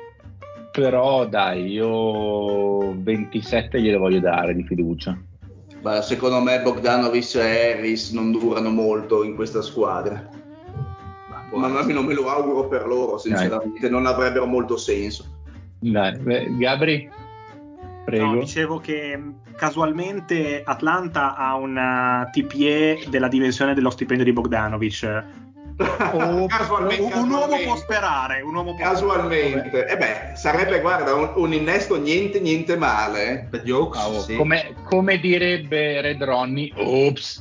S8: però dai, io ventisette glielo voglio dare di fiducia.
S3: Ma secondo me Bogdanovic e Harris non durano molto in questa squadra. Ma non me lo auguro per loro, sinceramente. Dai. Non avrebbero molto senso.
S8: Dai, beh, Gabri? Prego.
S7: No, dicevo che casualmente Atlanta ha una T P E della dimensione dello stipendio di Bogdanovic.
S3: Oh, casualmente,
S7: un, un uomo può sperare, un uomo può
S3: casualmente.
S7: sperare.
S3: E eh beh, sarebbe, guarda, un, un innesto niente niente male.
S2: Per gli Hawks,
S8: oh,
S2: sì.
S8: come, come direbbe Red Ronnie, ops.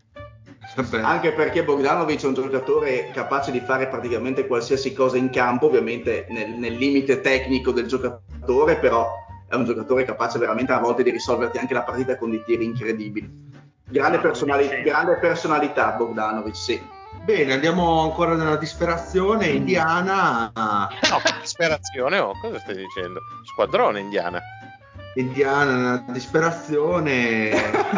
S3: Anche perché Bogdanovic è un giocatore capace di fare praticamente qualsiasi cosa in campo, ovviamente nel, nel limite tecnico del giocatore, però è un giocatore capace veramente a volte di risolverti anche la partita con dei tiri incredibili. Grande,
S7: no,
S3: personali- grande personalità Bogdanovic, sì.
S2: Bene, andiamo ancora nella disperazione. Indiana.
S4: No, disperazione, oh, cosa stai dicendo? Squadrone Indiana.
S2: Indiana nella disperazione.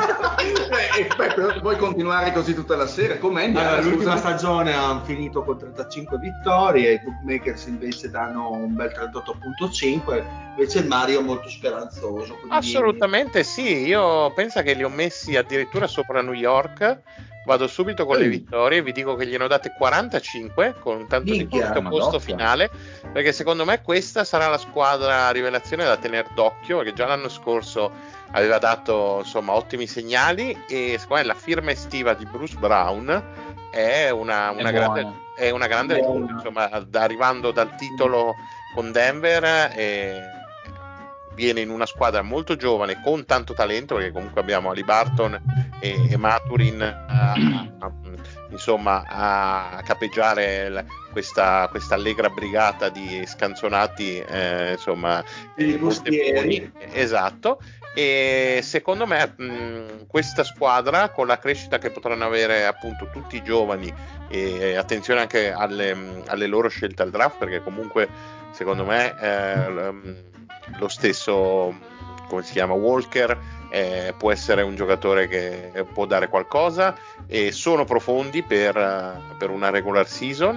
S3: eh, beh, puoi continuare così tutta la sera. Com'è Indiana?
S2: Allora, l'ultima
S3: Scusa?
S2: stagione hanno finito con trentacinque vittorie, i bookmakers invece danno un bel trentotto virgola cinque, invece il Mario è molto speranzoso. Quindi...
S4: Assolutamente sì, io penso che li ho messi addirittura sopra New York. Vado subito con le vittorie, vi dico che gliene ho date quarantacinque con tanto di questo posto finale, perché secondo me questa sarà la squadra rivelazione da tenere d'occhio, perché già l'anno scorso aveva dato insomma ottimi segnali e secondo me la firma estiva di Bruce Brown è una, una
S8: è
S4: grande è una grande insomma, arrivando dal titolo con Denver e viene in una squadra molto giovane con tanto talento, perché comunque abbiamo Ali Barton e, e Maturin a, a, insomma a capeggiare la, questa, questa allegra brigata di scanzonati eh, insomma
S3: I bustieri.
S4: Esatto. E secondo me mh, questa squadra, con la crescita che potranno avere appunto tutti i giovani, e attenzione anche alle, alle loro scelte al draft, perché comunque secondo me eh, lo stesso, come si chiama, Walker eh, può essere un giocatore che può dare qualcosa, e sono profondi per, per una regular season,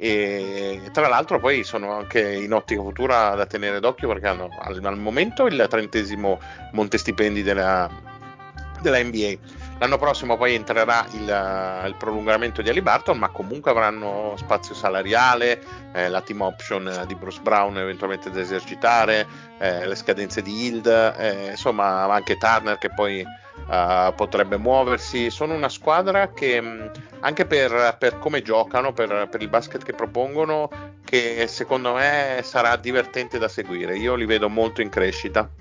S4: e tra l'altro poi sono anche in ottica futura da tenere d'occhio, perché hanno al, al momento il trentesimo montestipendi della, della N B A. L'anno prossimo poi entrerà il, il prolungamento di Ali Barton, ma comunque avranno spazio salariale, eh, la team option di Bruce Brown eventualmente da esercitare, eh, le scadenze di Hield, eh, insomma anche Turner che poi uh, potrebbe muoversi. Sono una squadra che mh, anche per, per come giocano, per, per il basket che propongono, che secondo me sarà divertente da seguire. Io li vedo molto in crescita.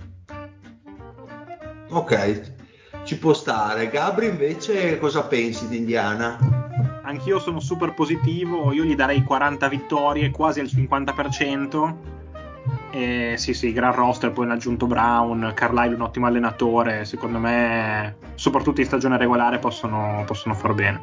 S2: Ok, ci può stare. Gabri, invece, cosa pensi di Indiana?
S7: Anch'io sono super positivo, io gli darei quaranta vittorie, quasi al cinquanta per cento. E sì, sì, gran roster, poi hanno aggiunto Brown, Carlisle un ottimo allenatore, secondo me, soprattutto in stagione regolare, possono, possono far bene.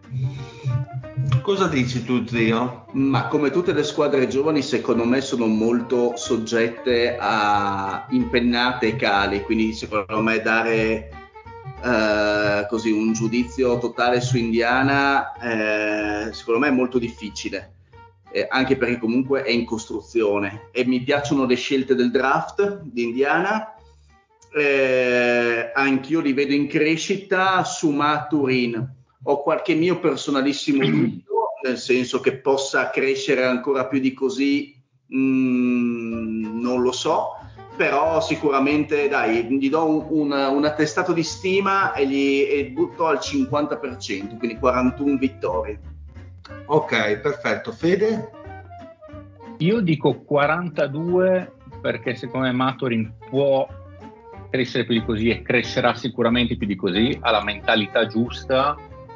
S2: Cosa dici tu, zio?
S3: Ma come tutte le squadre giovani, secondo me sono molto soggette a impennate e cali, quindi secondo me dare eh, così un giudizio totale su Indiana, eh, secondo me è molto difficile, eh, anche perché comunque è in costruzione e mi piacciono le scelte del draft di Indiana. Eh, anch'io li vedo in crescita. Su Mathurin ho qualche mio personalissimo dubbio, nel senso che possa crescere ancora più di così, mh, non lo so, però sicuramente dai, gli do un, un, un attestato di stima e gli e butto al cinquanta per cento, quindi quarantuno vittorie.
S2: Ok, perfetto. Fede?
S8: Io dico quarantadue perché secondo me Mathurin può crescere più di così e crescerà sicuramente più di così, ha la mentalità giusta,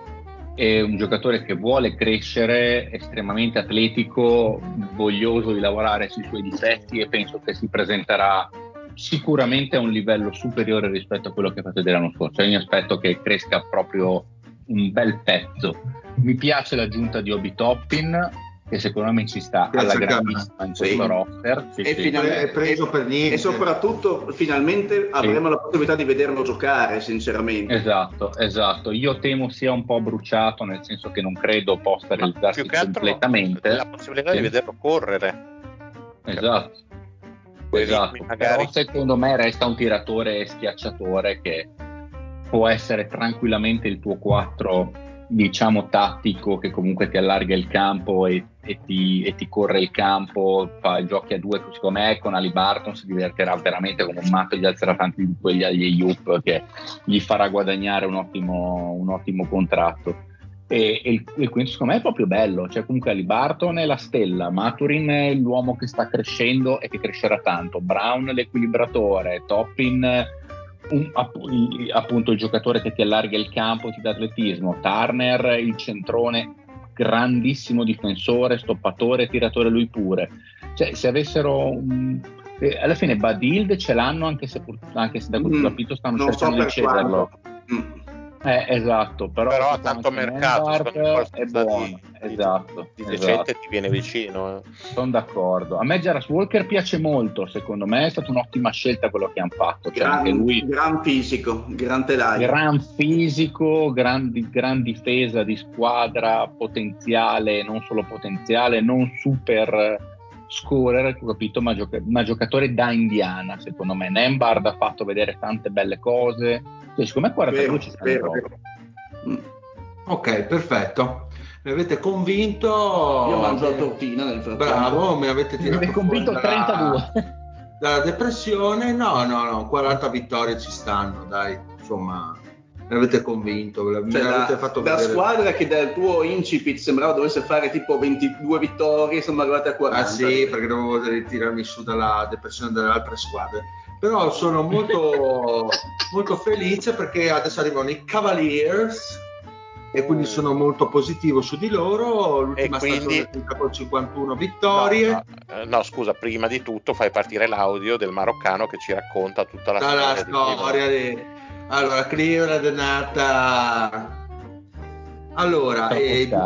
S8: è un giocatore che vuole crescere, estremamente atletico, voglioso di lavorare sui suoi difetti e penso che si presenterà sicuramente a un livello superiore rispetto a quello che ha fatto vedere l'anno scorso. Io mi aspetto che cresca proprio un bel pezzo. Mi piace l'aggiunta di Obi Toppin, che secondo me ci sta alla grandissima in questo
S3: sì.
S8: roster, sì,
S3: e,
S8: sì.
S3: finalmente,
S2: preso per niente.
S3: E soprattutto finalmente avremo
S8: sì.
S3: la possibilità di vederlo giocare, sinceramente.
S8: Esatto, esatto. Io temo sia un po' bruciato, nel senso che non credo possa realizzarsi
S4: più che altro
S8: completamente
S4: la possibilità
S8: sì.
S4: di vederlo correre.
S8: Esatto.
S4: Poi
S8: Esatto,
S4: magari...
S8: però secondo me resta un tiratore schiacciatore che può essere tranquillamente il tuo quattro, diciamo tattico, che comunque ti allarga il campo e, e, ti, e ti corre il campo, fa giochi a due. Secondo me con Haliburton si divertirà veramente come un matto, gli alzerà tanti di quegli agli Yup che gli farà guadagnare un ottimo, un ottimo contratto. E, e, e quindi secondo me è proprio bello, cioè comunque Haliburton è la stella, Mathurin è l'uomo che sta crescendo e che crescerà tanto, Brown l'equilibratore, Toppin un, appunto il giocatore che ti allarga il campo, ti dà atletismo, Turner il centrone, grandissimo difensore, stoppatore, tiratore lui pure. Cioè se avessero un, eh, alla fine Bud Hield ce l'hanno, anche se, anche se da quel che ho capito stanno
S3: non
S8: cercando
S3: so
S8: di cederlo.
S3: Mm.
S8: Eh, esatto, però,
S4: però ha tanto mercato,
S8: è buono,
S4: di,
S8: esatto,
S4: di decente
S8: esatto.
S4: ti viene vicino. Eh.
S8: Sono d'accordo. A me Jarras Walker piace molto, secondo me è stata un'ottima scelta quello che hanno fatto. Cioè,
S3: Gran,
S8: anche lui,
S3: gran fisico, gran telaio.
S8: Gran fisico, gran, gran difesa di squadra, potenziale, non solo potenziale, non super scorer, ho capito, ma, gioca- ma giocatore da Indiana, secondo me. Nembhard ha fatto vedere tante belle cose. Cioè, secondo me quarantadue ci stanno
S3: vero,
S8: proprio.
S3: Mm.
S2: Ok, perfetto. Mi avete convinto.
S3: Io mangio la tortina nel frattempo.
S2: Bravo, mi avete tirato
S8: Mi avete convinto
S2: fuori dalla,
S8: trentadue.
S2: dalla depressione. No, no, no, quaranta vittorie ci stanno, dai, insomma, mi avete convinto. Mi
S3: Cioè,
S2: avete
S3: da,
S2: fatto
S3: da
S2: vedere...
S3: squadra che dal tuo incipit sembrava dovesse fare tipo ventidue vittorie, siamo arrivati a quaranta.
S2: Ah sì, perché dovevo ritirarmi su dalla depressione delle altre squadre. Però sono molto, molto felice perché adesso arrivano i Cavaliers e quindi sono molto positivo su di loro. L'ultima
S4: e quindi...
S2: stagione è finita con cinquantuno vittorie.
S4: No, no, no, scusa, prima di tutto fai partire l'audio del maroccano che ci racconta tutta la
S2: Dalla
S4: storia,
S2: storia
S4: di
S2: di... Allora, Cleveland è nata... Allora, eh, i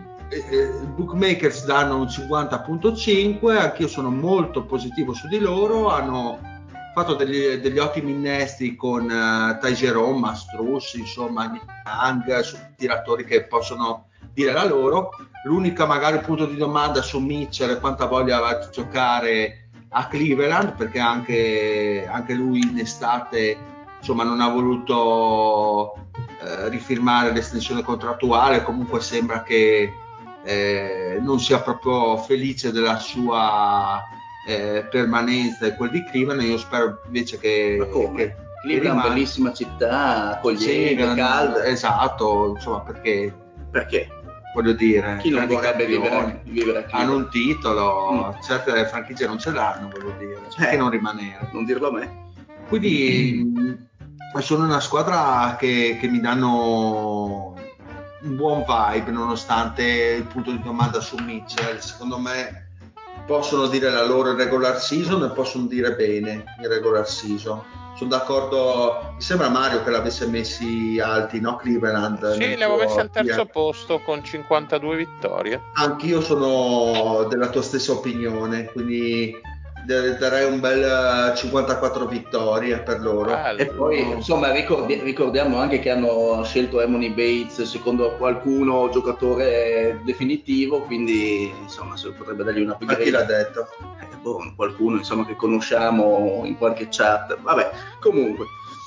S2: bookmakers danno un cinquanta virgola cinque, anch'io sono molto positivo su di loro, hanno fatto degli, degli ottimi innesti con uh, Ty Jerome, Mastrus, insomma, Young, su tiratori che possono dire la loro. L'unica magari punto di domanda su Mitchell è quanta voglia va a giocare a Cleveland, perché anche, anche lui in estate insomma non ha voluto eh, rifirmare l'estensione contrattuale, comunque sembra che eh, non sia proprio felice della sua eh, permanenza e quel di Cleveland. Io spero invece che,
S3: Ma come?
S2: che,
S3: Cleveland è una bellissima città, accogliente,
S2: sì,
S3: calda.
S2: Esatto, insomma, perché
S3: perché?
S2: Voglio dire,
S3: chi non vorrebbe vivere, vivere a
S2: hanno un titolo,
S3: mm.
S2: certe franchigie non ce l'hanno, voglio dire, perché
S3: eh,
S2: non rimanere?
S3: Non dirlo a me.
S2: Quindi sono una squadra che, che mi danno un buon vibe, nonostante il punto di domanda su Mitchell. Secondo me possono dire la loro regular season e possono dire bene in regular season. Sono d'accordo, mi sembra Mario che l'avesse messi alti, no? Cleveland.
S4: Sì, li avevo messi al terzo posto con cinquantadue vittorie.
S2: Anch'io sono della tua stessa opinione, quindi darei un bel cinquantaquattro vittorie per loro.
S4: Bello.
S3: E poi insomma ricordi- ricordiamo anche che hanno scelto Emony Bates, secondo qualcuno giocatore definitivo, quindi insomma se potrebbe dargli una
S2: Ma chi l'ha
S3: upgrade.
S2: detto?
S3: Eh, boh, qualcuno insomma che conosciamo in qualche chat. Vabbè, comunque.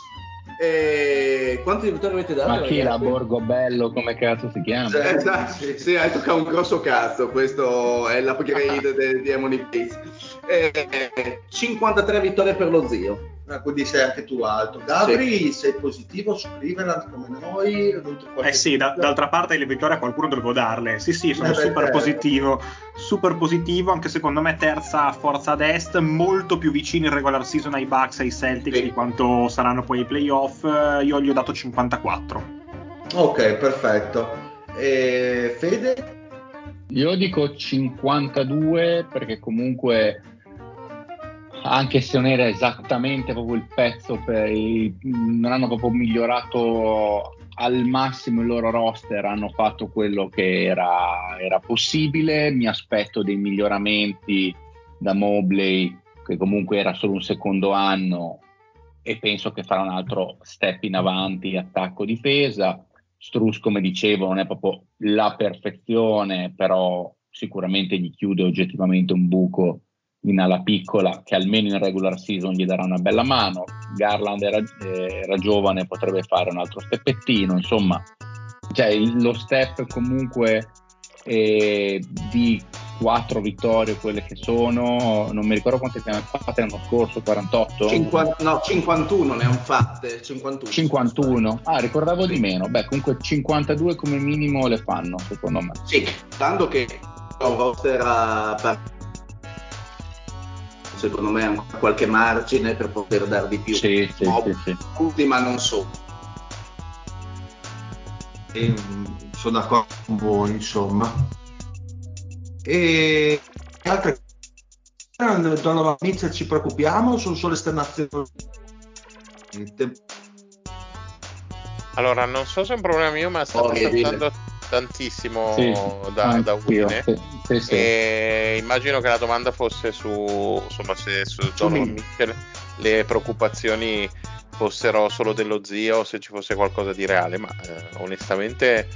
S3: E quanti vittorie avete dato?
S8: Ma chi la
S3: ragazzi?
S8: Borgobello, come cazzo si chiama?
S2: Sì.
S3: Esatto, sì, sì, hai toccato un grosso cazzo, questo è l'upgrade de- di Emony Bates. Eh, cinquantatré vittorie per lo zio.
S2: Ah, quindi sei anche tu alto. Gabri, sei positivo su Cleveland come noi?
S7: Eh sì, da- d'altra parte le vittorie a qualcuno dovevo darle. Sì, sì, sono
S2: Eh beh,
S7: super
S2: certo.
S7: positivo, super positivo, anche secondo me terza forza ad est, molto più vicini in regular season ai Bucks e ai Celtics
S3: Sì.
S7: di quanto saranno poi ai playoff. Io gli ho dato cinquantaquattro.
S2: Ok, perfetto. E Fede?
S8: Io dico cinquantadue perché comunque, anche se non era esattamente proprio il pezzo per i, non hanno proprio migliorato al massimo il loro roster, hanno fatto quello che era, era possibile. Mi aspetto dei miglioramenti da Mobley, che comunque era solo un secondo anno, e penso che farà un altro step in avanti attacco-difesa. Strus, come dicevo, non è proprio la perfezione, però sicuramente gli chiude oggettivamente un buco in ala piccola che almeno in regular season gli darà una bella mano. Garland era, era giovane, potrebbe fare un altro steppettino, insomma, cioè il- lo step comunque eh, di quattro vittorie, quelle che sono, non mi ricordo quante ne hanno fatte l'anno scorso, quarantotto?
S3: cinquanta, no, cinquantuno ne hanno fatte, cinquantuno.
S8: cinquantuno, ah, ricordavo di meno. Beh, comunque cinquantadue come minimo le fanno, secondo me.
S3: Sì, tanto che ha un roster a par- secondo me ha qualche margine per poter dar di più.
S8: Sì, sì,
S3: No,
S8: sì, sì.
S3: tutti, ma non so.
S2: E, mm, sono d'accordo con voi, insomma. E altre Donovan Mitchell ci preoccupiamo o sono solo esternazioni?
S4: Allora, non so se è un problema mio, ma sta
S3: Orribile.
S4: passando tantissimo
S8: Sì,
S4: da, da
S8: anch'io,
S4: Wine.
S8: sì, sì, sì.
S4: E immagino che la domanda fosse su, insomma, se su Donovan Mitchell le preoccupazioni fossero solo dello zio o se ci fosse qualcosa di reale, ma eh, onestamente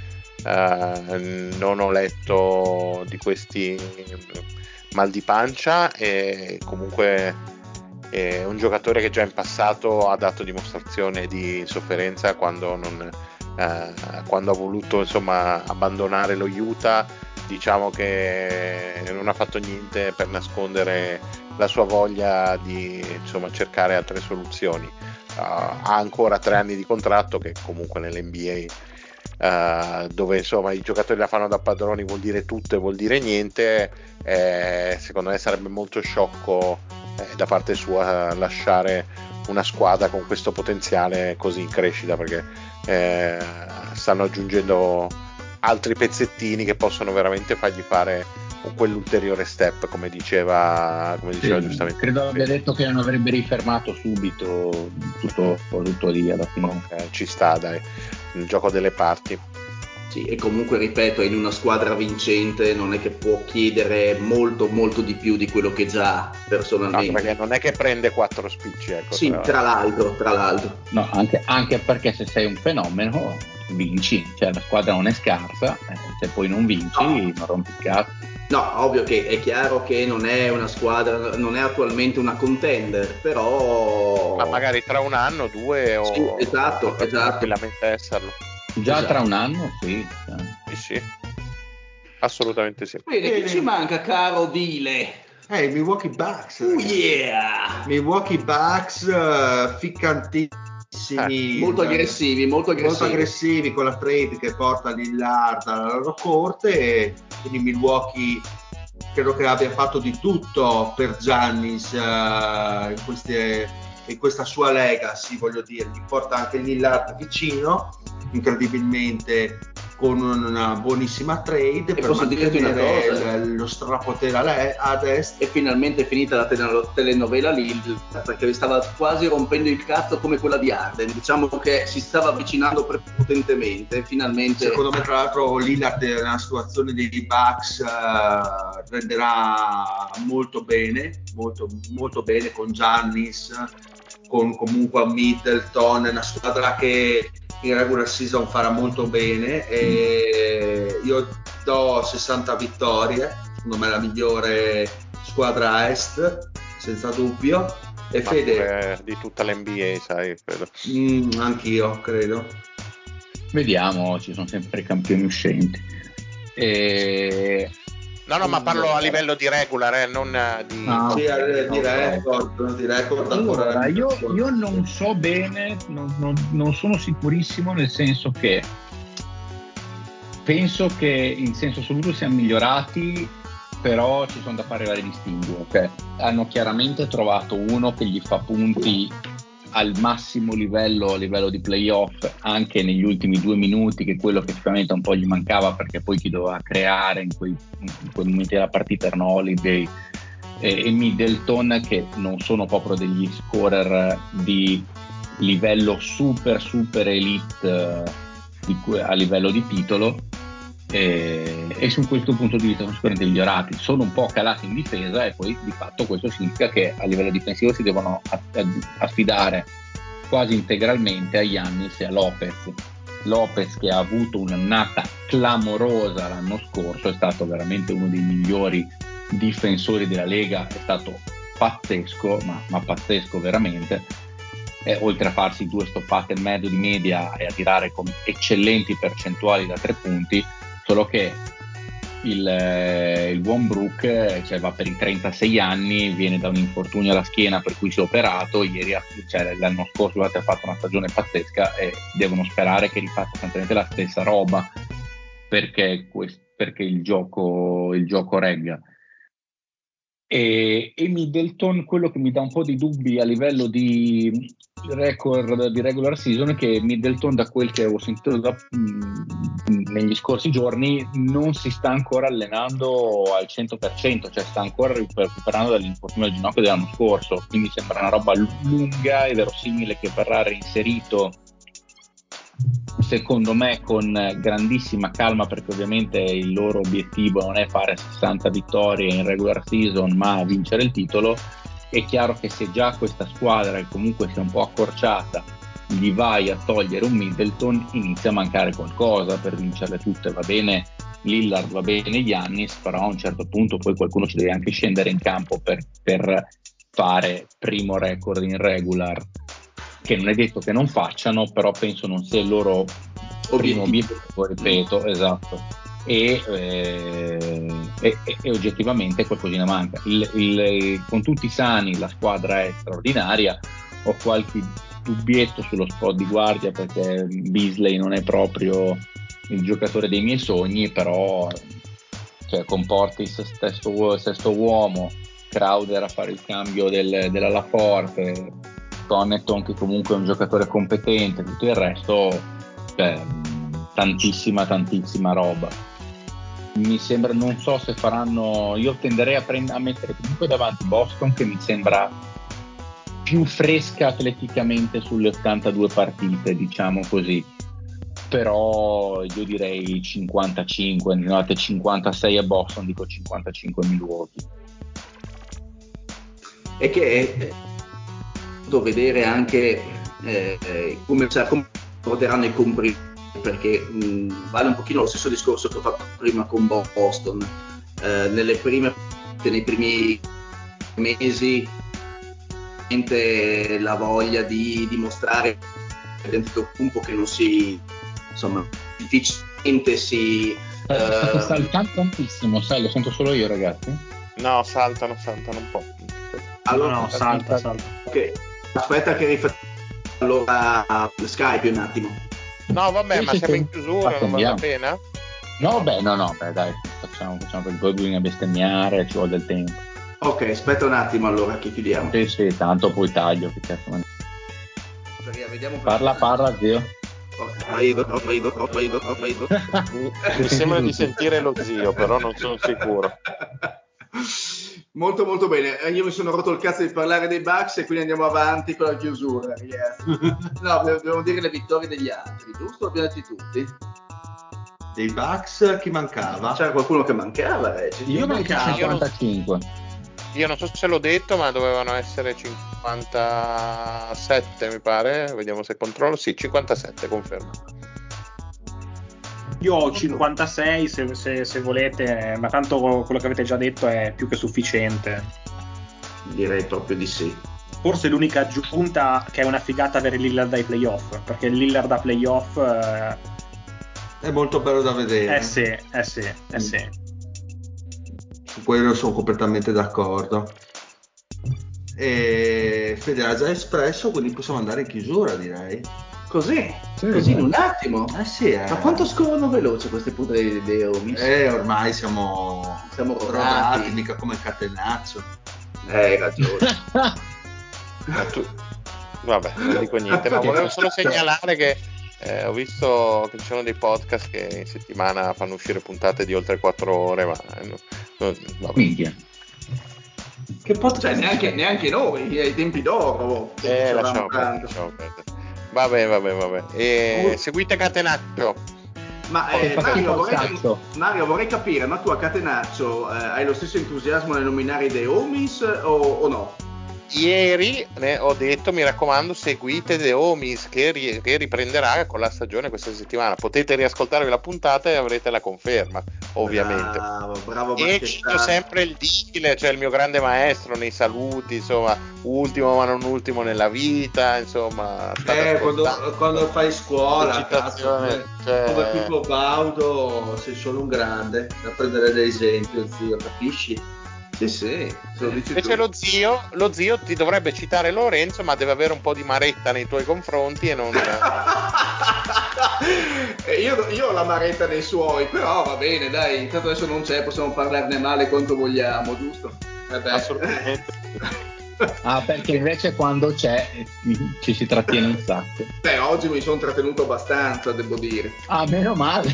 S4: eh, non ho letto di questi mal di pancia, e comunque è un giocatore che già in passato ha dato dimostrazione di sofferenza quando, non, eh, quando ha voluto, insomma, abbandonare lo Utah. Diciamo che non ha fatto niente per nascondere la sua voglia di, insomma, cercare altre soluzioni. Uh, ha ancora tre anni di contratto, che comunque nell'N B A, uh, dove insomma i giocatori la fanno da padroni, vuol dire tutto e vuol dire niente. Eh, secondo me sarebbe molto sciocco eh, da parte sua lasciare una squadra con questo potenziale così in crescita, perché eh, stanno aggiungendo altri pezzettini che possono veramente fargli fare quell'ulteriore step, come diceva, come diceva
S8: Sì,
S4: giustamente.
S8: credo abbia detto che non avrebbe rifermato subito, tutto, tutto lì alla fine.
S4: Ok, ci sta, dai, il gioco delle parti.
S3: Sì, e comunque ripeto, in una squadra vincente non è che può chiedere molto molto di più di quello che già ha personalmente.
S4: No, perché non è che prende quattro spicci, ecco.
S3: Sì,
S4: tra...
S3: tra l'altro, tra l'altro.
S8: No, anche, anche perché se sei un fenomeno vinci, cioè la squadra non è scarsa, eh, se poi non vinci
S3: No.
S8: non rompi il cazzo.
S3: No, ovvio che è chiaro che non è una squadra, non è attualmente una contender, però...
S4: Ma magari tra un anno, due o
S3: Sì, esatto,
S4: potrebbe
S3: esatto.
S4: tranquillamente esserlo.
S8: Già
S3: Esatto.
S8: tra un anno, sì.
S4: Sì, sì, assolutamente sì.
S3: Bene, chi ci manca, caro Dile?
S2: Eh, i Milwaukee Bucks.
S3: Oh
S2: ragazzi.
S3: yeah!
S2: Milwaukee Bucks uh, ficcantissimi.
S4: Eh,
S3: Molto aggressivi, molto aggressivi.
S2: molto aggressivi con la trade che porta Lillard alla loro corte, e quindi Milwaukee credo che abbia fatto di tutto per Giannis uh, in, queste, in questa sua legacy, voglio dire, gli porta anche Lillard vicino, incredibilmente con una buonissima trade
S3: e
S2: per
S3: posso dirti una cosa,
S2: il, lo strapotere a- ad est.
S3: è finalmente finita la tele- telenovela Lille, perché stava quasi rompendo il cazzo come quella di Arden, diciamo che si stava avvicinando prepotentemente, finalmente.
S2: Secondo me tra l'altro Lillard nella situazione dei Bucks uh, renderà molto bene, molto, molto bene con Giannis, con comunque Middleton, una squadra che in regular season farà molto bene, e io do sessanta vittorie, secondo me la migliore squadra a est senza dubbio. E
S4: Ma
S2: Fede
S4: pure di tutta l'N B A, sai, credo.
S2: mm, anch'io credo.
S8: Vediamo, ci sono sempre i campioni uscenti. E...
S4: No, no, ma parlo a livello di regular, eh, non di...
S8: Ah,
S2: Sì,
S8: ok,
S2: di
S8: ok.
S2: record, di record
S8: Allora,
S2: ancora
S8: io, io non so bene, non, non- non sono sicurissimo, nel senso che penso che in senso assoluto siano migliorati, però ci sono da fare vari distinguo. Ok? Hanno chiaramente trovato uno che gli fa punti al massimo livello, a livello di playoff, anche negli ultimi due minuti, che è quello che sicuramente un po' gli mancava, perché poi chi doveva creare in quei, in quei momenti della partita erano Holiday e, e Middleton, che non sono proprio degli scorer di livello super super elite eh, di cui- a livello di titolo, e, e su questo punto di vista sono sicuramente migliorati, sono un po' calati in difesa, e poi di fatto questo significa che a livello difensivo si devono affidare quasi integralmente a Giannis e a Lopez. Lopez, che ha avuto un'annata clamorosa l'anno scorso, è stato veramente uno dei migliori difensori della Lega, è stato pazzesco, ma, ma pazzesco veramente, eh, oltre a farsi due stoppate e mezzo di media e a tirare con eccellenti percentuali da tre punti, solo che il, eh, il buon Brook eh, cioè, va per i trentasei anni, viene da un infortunio alla schiena per cui si è operato, ieri, cioè, l'anno scorso ha fatto una stagione pazzesca e devono sperare che rifaccia sempre la stessa roba perché, perché il gioco, il gioco regga. E, e Middleton, quello che mi dà un po' di dubbi a livello di record di regular season è che Middleton, da quel che avevo sentito da, mh, negli scorsi giorni, non si sta ancora allenando al cento per cento, cioè sta ancora recuperando dall'infortunio al ginocchio dell'anno scorso, quindi sembra una roba lunga e verosimile che verrà reinserito, secondo me, con grandissima calma, perché ovviamente il loro obiettivo non è fare sessanta vittorie in regular season ma vincere il titolo. È chiaro che se già questa squadra, che comunque si è un po' accorciata, gli vai a togliere un Middleton, inizia a mancare qualcosa per vincerle tutte. Va bene Lillard, va bene Giannis, però a un certo punto poi qualcuno ci deve anche scendere in campo per, per fare primo record in regular, che non è detto che non facciano, però penso non sia il loro primo obiettivo, ripeto, esatto. E, eh, e, e oggettivamente qualcosina manca. Il, il, con tutti sani la squadra è straordinaria. Ho qualche dubbietto sullo spot di guardia, perché Beasley non è proprio il giocatore dei miei sogni, però cioè, con Portis stesso, sesto uomo, Crowder a fare il cambio del, della Laforte, Connaughton che comunque è un giocatore competente, tutto il resto, cioè, tantissima tantissima roba. Mi sembra, non so se faranno, io tenderei a, prend- a mettere comunque davanti Boston, che mi sembra più fresca atleticamente sulle ottantadue partite, diciamo così, però io direi cinquantacinque, ne date cinquantasei a Boston, dico cinquantacinque a Milwaukee.
S3: E che è da vedere anche eh, come, come porteranno i compri, perché mh, vale un pochino lo stesso discorso che ho fatto prima con Boston. Eh, nelle prime, nei primi mesi la voglia di dimostrare dentro un po' che non si, insomma, difficilmente si
S8: eh, state saltando tantissimo, sai, lo sento solo io, ragazzi.
S4: No, saltano, saltano un po'.
S3: Allora,
S7: no, no, salta, salta.
S3: Okay. Aspetta che rifaccio allora Skype un attimo.
S4: No, vabbè,
S8: Sì,
S4: ma
S8: sì,
S4: siamo
S8: sì.
S4: in chiusura, non vale la pena?
S8: No, beh, no, no, beh, dai, facciamo, facciamo perché poi bisogna bestemmiare, ci vuole del tempo.
S3: Ok, aspetta un attimo allora che chiudiamo.
S8: Sì, sì, tanto poi taglio. Che cazzo.
S3: Vediamo
S8: Parla, parla, zio.
S4: Mi sembra di sentire lo zio, però non sono sicuro.
S3: Molto molto bene, io mi sono rotto il cazzo di parlare dei Bucks e quindi andiamo avanti con la chiusura, ragazzi. No, dobbiamo dire le vittorie degli altri, giusto? Abbiamo detto tutti.
S2: Dei Bucks chi mancava?
S3: C'era qualcuno che mancava, eh.
S8: Io mancavo cinquantacinque.
S4: Io non so se l'ho detto, ma dovevano essere cinquantasette, mi pare. Vediamo se controllo. Sì, cinquantasette, confermo.
S7: Io ho cinquantasei se, se, se volete, ma tanto quello che avete già detto è più che sufficiente.
S3: Direi proprio di sì.
S7: Forse l'unica aggiunta che è una figata avere Lillard dai playoff, perché il Lillard da playoff eh...
S2: è molto bello da vedere.
S7: Eh sì, eh sì, eh mm. sì.
S2: Su quello sono completamente d'accordo. E Fede ha già espresso, quindi possiamo andare in chiusura, direi.
S3: Così, sì, così in un attimo.
S2: Eh sì, eh.
S3: Ma quanto scorrono veloce queste puntate di video?
S2: Eh, ormai siamo
S3: siamo
S2: rodati, mica come Catenaccio.
S3: Eh, hai ragione.
S4: Ma tu... Vabbè, non dico niente, ma volevo solo segnalare che eh, ho visto che ci sono dei podcast che in settimana fanno uscire puntate di oltre quattro ore, ma no, no, vabbè.
S3: Che podcast? Cioè, neanche, neanche noi, ai tempi d'oro.
S4: Eh, lasciamo perdere, lasciamo perdere. Vabbè, vabbè, vabbè. E uh. seguite Catenaccio.
S3: Ma eh, Mario, vorrei, Mario, vorrei capire, ma tu a Catenaccio eh, hai lo stesso entusiasmo nel nominare i The Homies o, o no?
S4: Ieri ne ho detto, mi raccomando, seguite The Homies che, ri- che riprenderà con la stagione questa settimana. Potete riascoltarvi la puntata e avrete la conferma, ovviamente.
S3: Bravo, bravo.
S4: E cito sempre il Dile, cioè il mio grande maestro nei saluti, insomma, ultimo ma non ultimo nella vita, insomma.
S2: Eh, quando, quando fai scuola, cazzo,
S4: cioè...
S2: come Pippo Baudo, sei solo un grande da prendere l'esempio, zio, capisci?
S3: Sì, sì,
S4: invece lo zio, lo zio ti dovrebbe citare Lorenzo, ma deve avere un po' di maretta nei tuoi confronti e non...
S3: io, io ho la maretta nei suoi, però va bene, dai, tanto adesso non c'è, possiamo parlarne male quanto vogliamo, giusto?
S4: Eh beh. Assolutamente.
S8: Ah, perché invece quando c'è ci si trattiene un sacco.
S3: Beh, oggi mi sono trattenuto abbastanza, devo dire.
S8: Ah, meno male.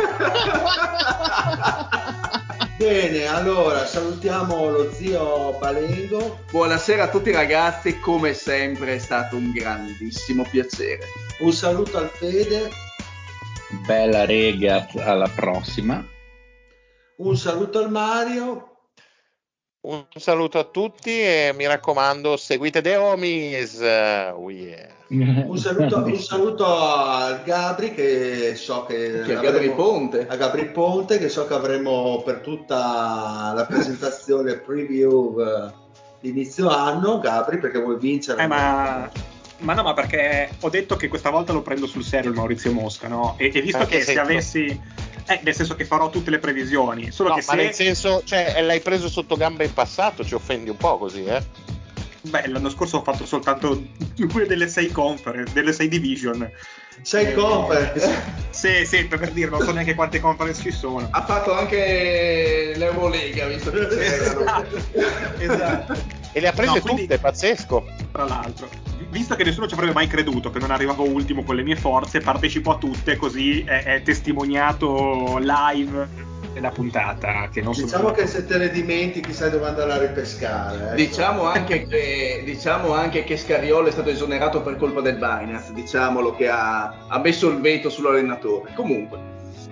S2: Bene, allora salutiamo lo zio Palengo.
S3: Buonasera a tutti ragazzi, come sempre è stato un grandissimo piacere.
S2: Un saluto al Fede.
S8: Bella rega, alla prossima.
S2: Un saluto al Mario.
S4: Un saluto a tutti e mi raccomando, seguite The Homies. Oh yeah.
S2: Un saluto, un saluto a Gabri che so che,
S3: che a Gabri Ponte.
S2: A Gabri Ponte che so che avremo per tutta la presentazione preview di inizio anno. Gabri, perché vuoi vincere?
S7: Eh, ma... ma no, ma perché ho detto che questa volta lo prendo sul serio il Maurizio Mosca, no? E, e visto
S4: perché
S7: che se avessi... Eh, nel senso che farò tutte le previsioni. Solo
S4: no,
S7: che
S4: ma
S7: se...
S4: nel senso, cioè, l'hai preso sotto gamba in passato, ci offendi un po' così, eh?
S7: Beh, l'anno scorso ho fatto soltanto due delle sei conference, delle sei division.
S2: Sei eh, conference?
S7: Sì, sì, per dire, non so neanche quante conference ci sono.
S3: Ha fatto anche l'Eurolega, visto che c'erano.
S7: Esatto. Esatto.
S4: E le ha prese no, quindi, tutte, pazzesco.
S7: Tra l'altro, visto che nessuno ci avrebbe mai creduto che non arrivavo ultimo con le mie forze, partecipo a tutte, così è, è testimoniato live la puntata che non
S2: diciamo che se te le dimentichi sai dove andare a ripescare, eh?
S3: diciamo anche che diciamo anche che Scariolo è stato esonerato per colpa del Binance, diciamolo, che ha, ha messo il veto sull'allenatore comunque,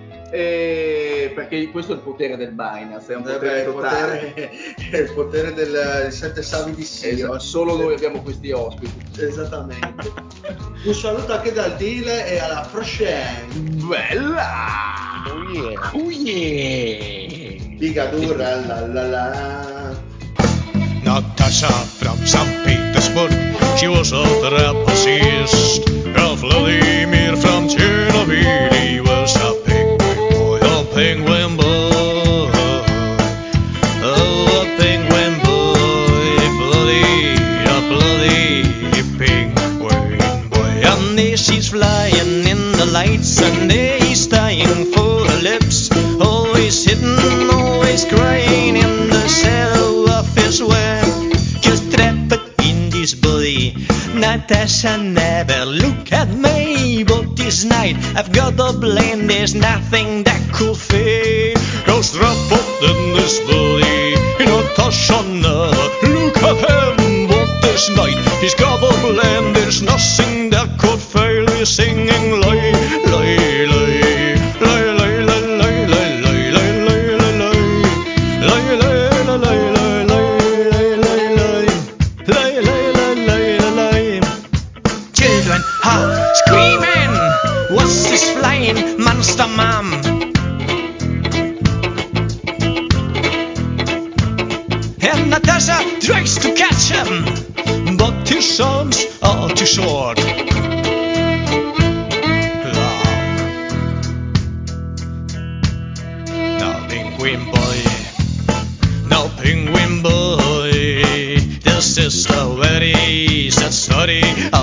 S3: e perché questo è il potere del Binance, è un potere eh beh, totale,
S2: il potere, è il potere del sette savi di Sio.
S3: Esatto, solo noi abbiamo questi ospiti.
S2: Esattamente. Un saluto anche dal Dile e alla prossima.
S3: Bella.
S4: Oh yeah.
S8: Oh yeah.
S2: Bigadura la la la.
S9: Natasha from Saint Petersburg, she was a trapezist. Ralph Vladimir from Chernobyl, he was a penguin boy, a penguin boy. Oh, a penguin boy, bloody, a bloody penguin boy. And there she's flying in the lights, and there he's dying for her lips. Always hidden, always crying in the shadow of his web. Just trapped in this body. Natasha never look at me, but this his body. Not touch another, look at him walk this night. He's got a blend, there's nothing that could fail. He's singing lay, lay, lay, lay, lay, lay, lay, lay, lay, lay, lay, lay, lay, lay, lay, lay, lay, lay. Children are screaming, what's this flying monster, mom? And Natasha tries to catch him, but his arms are too short. Now penguin boy, now penguin boy, this is the very sad story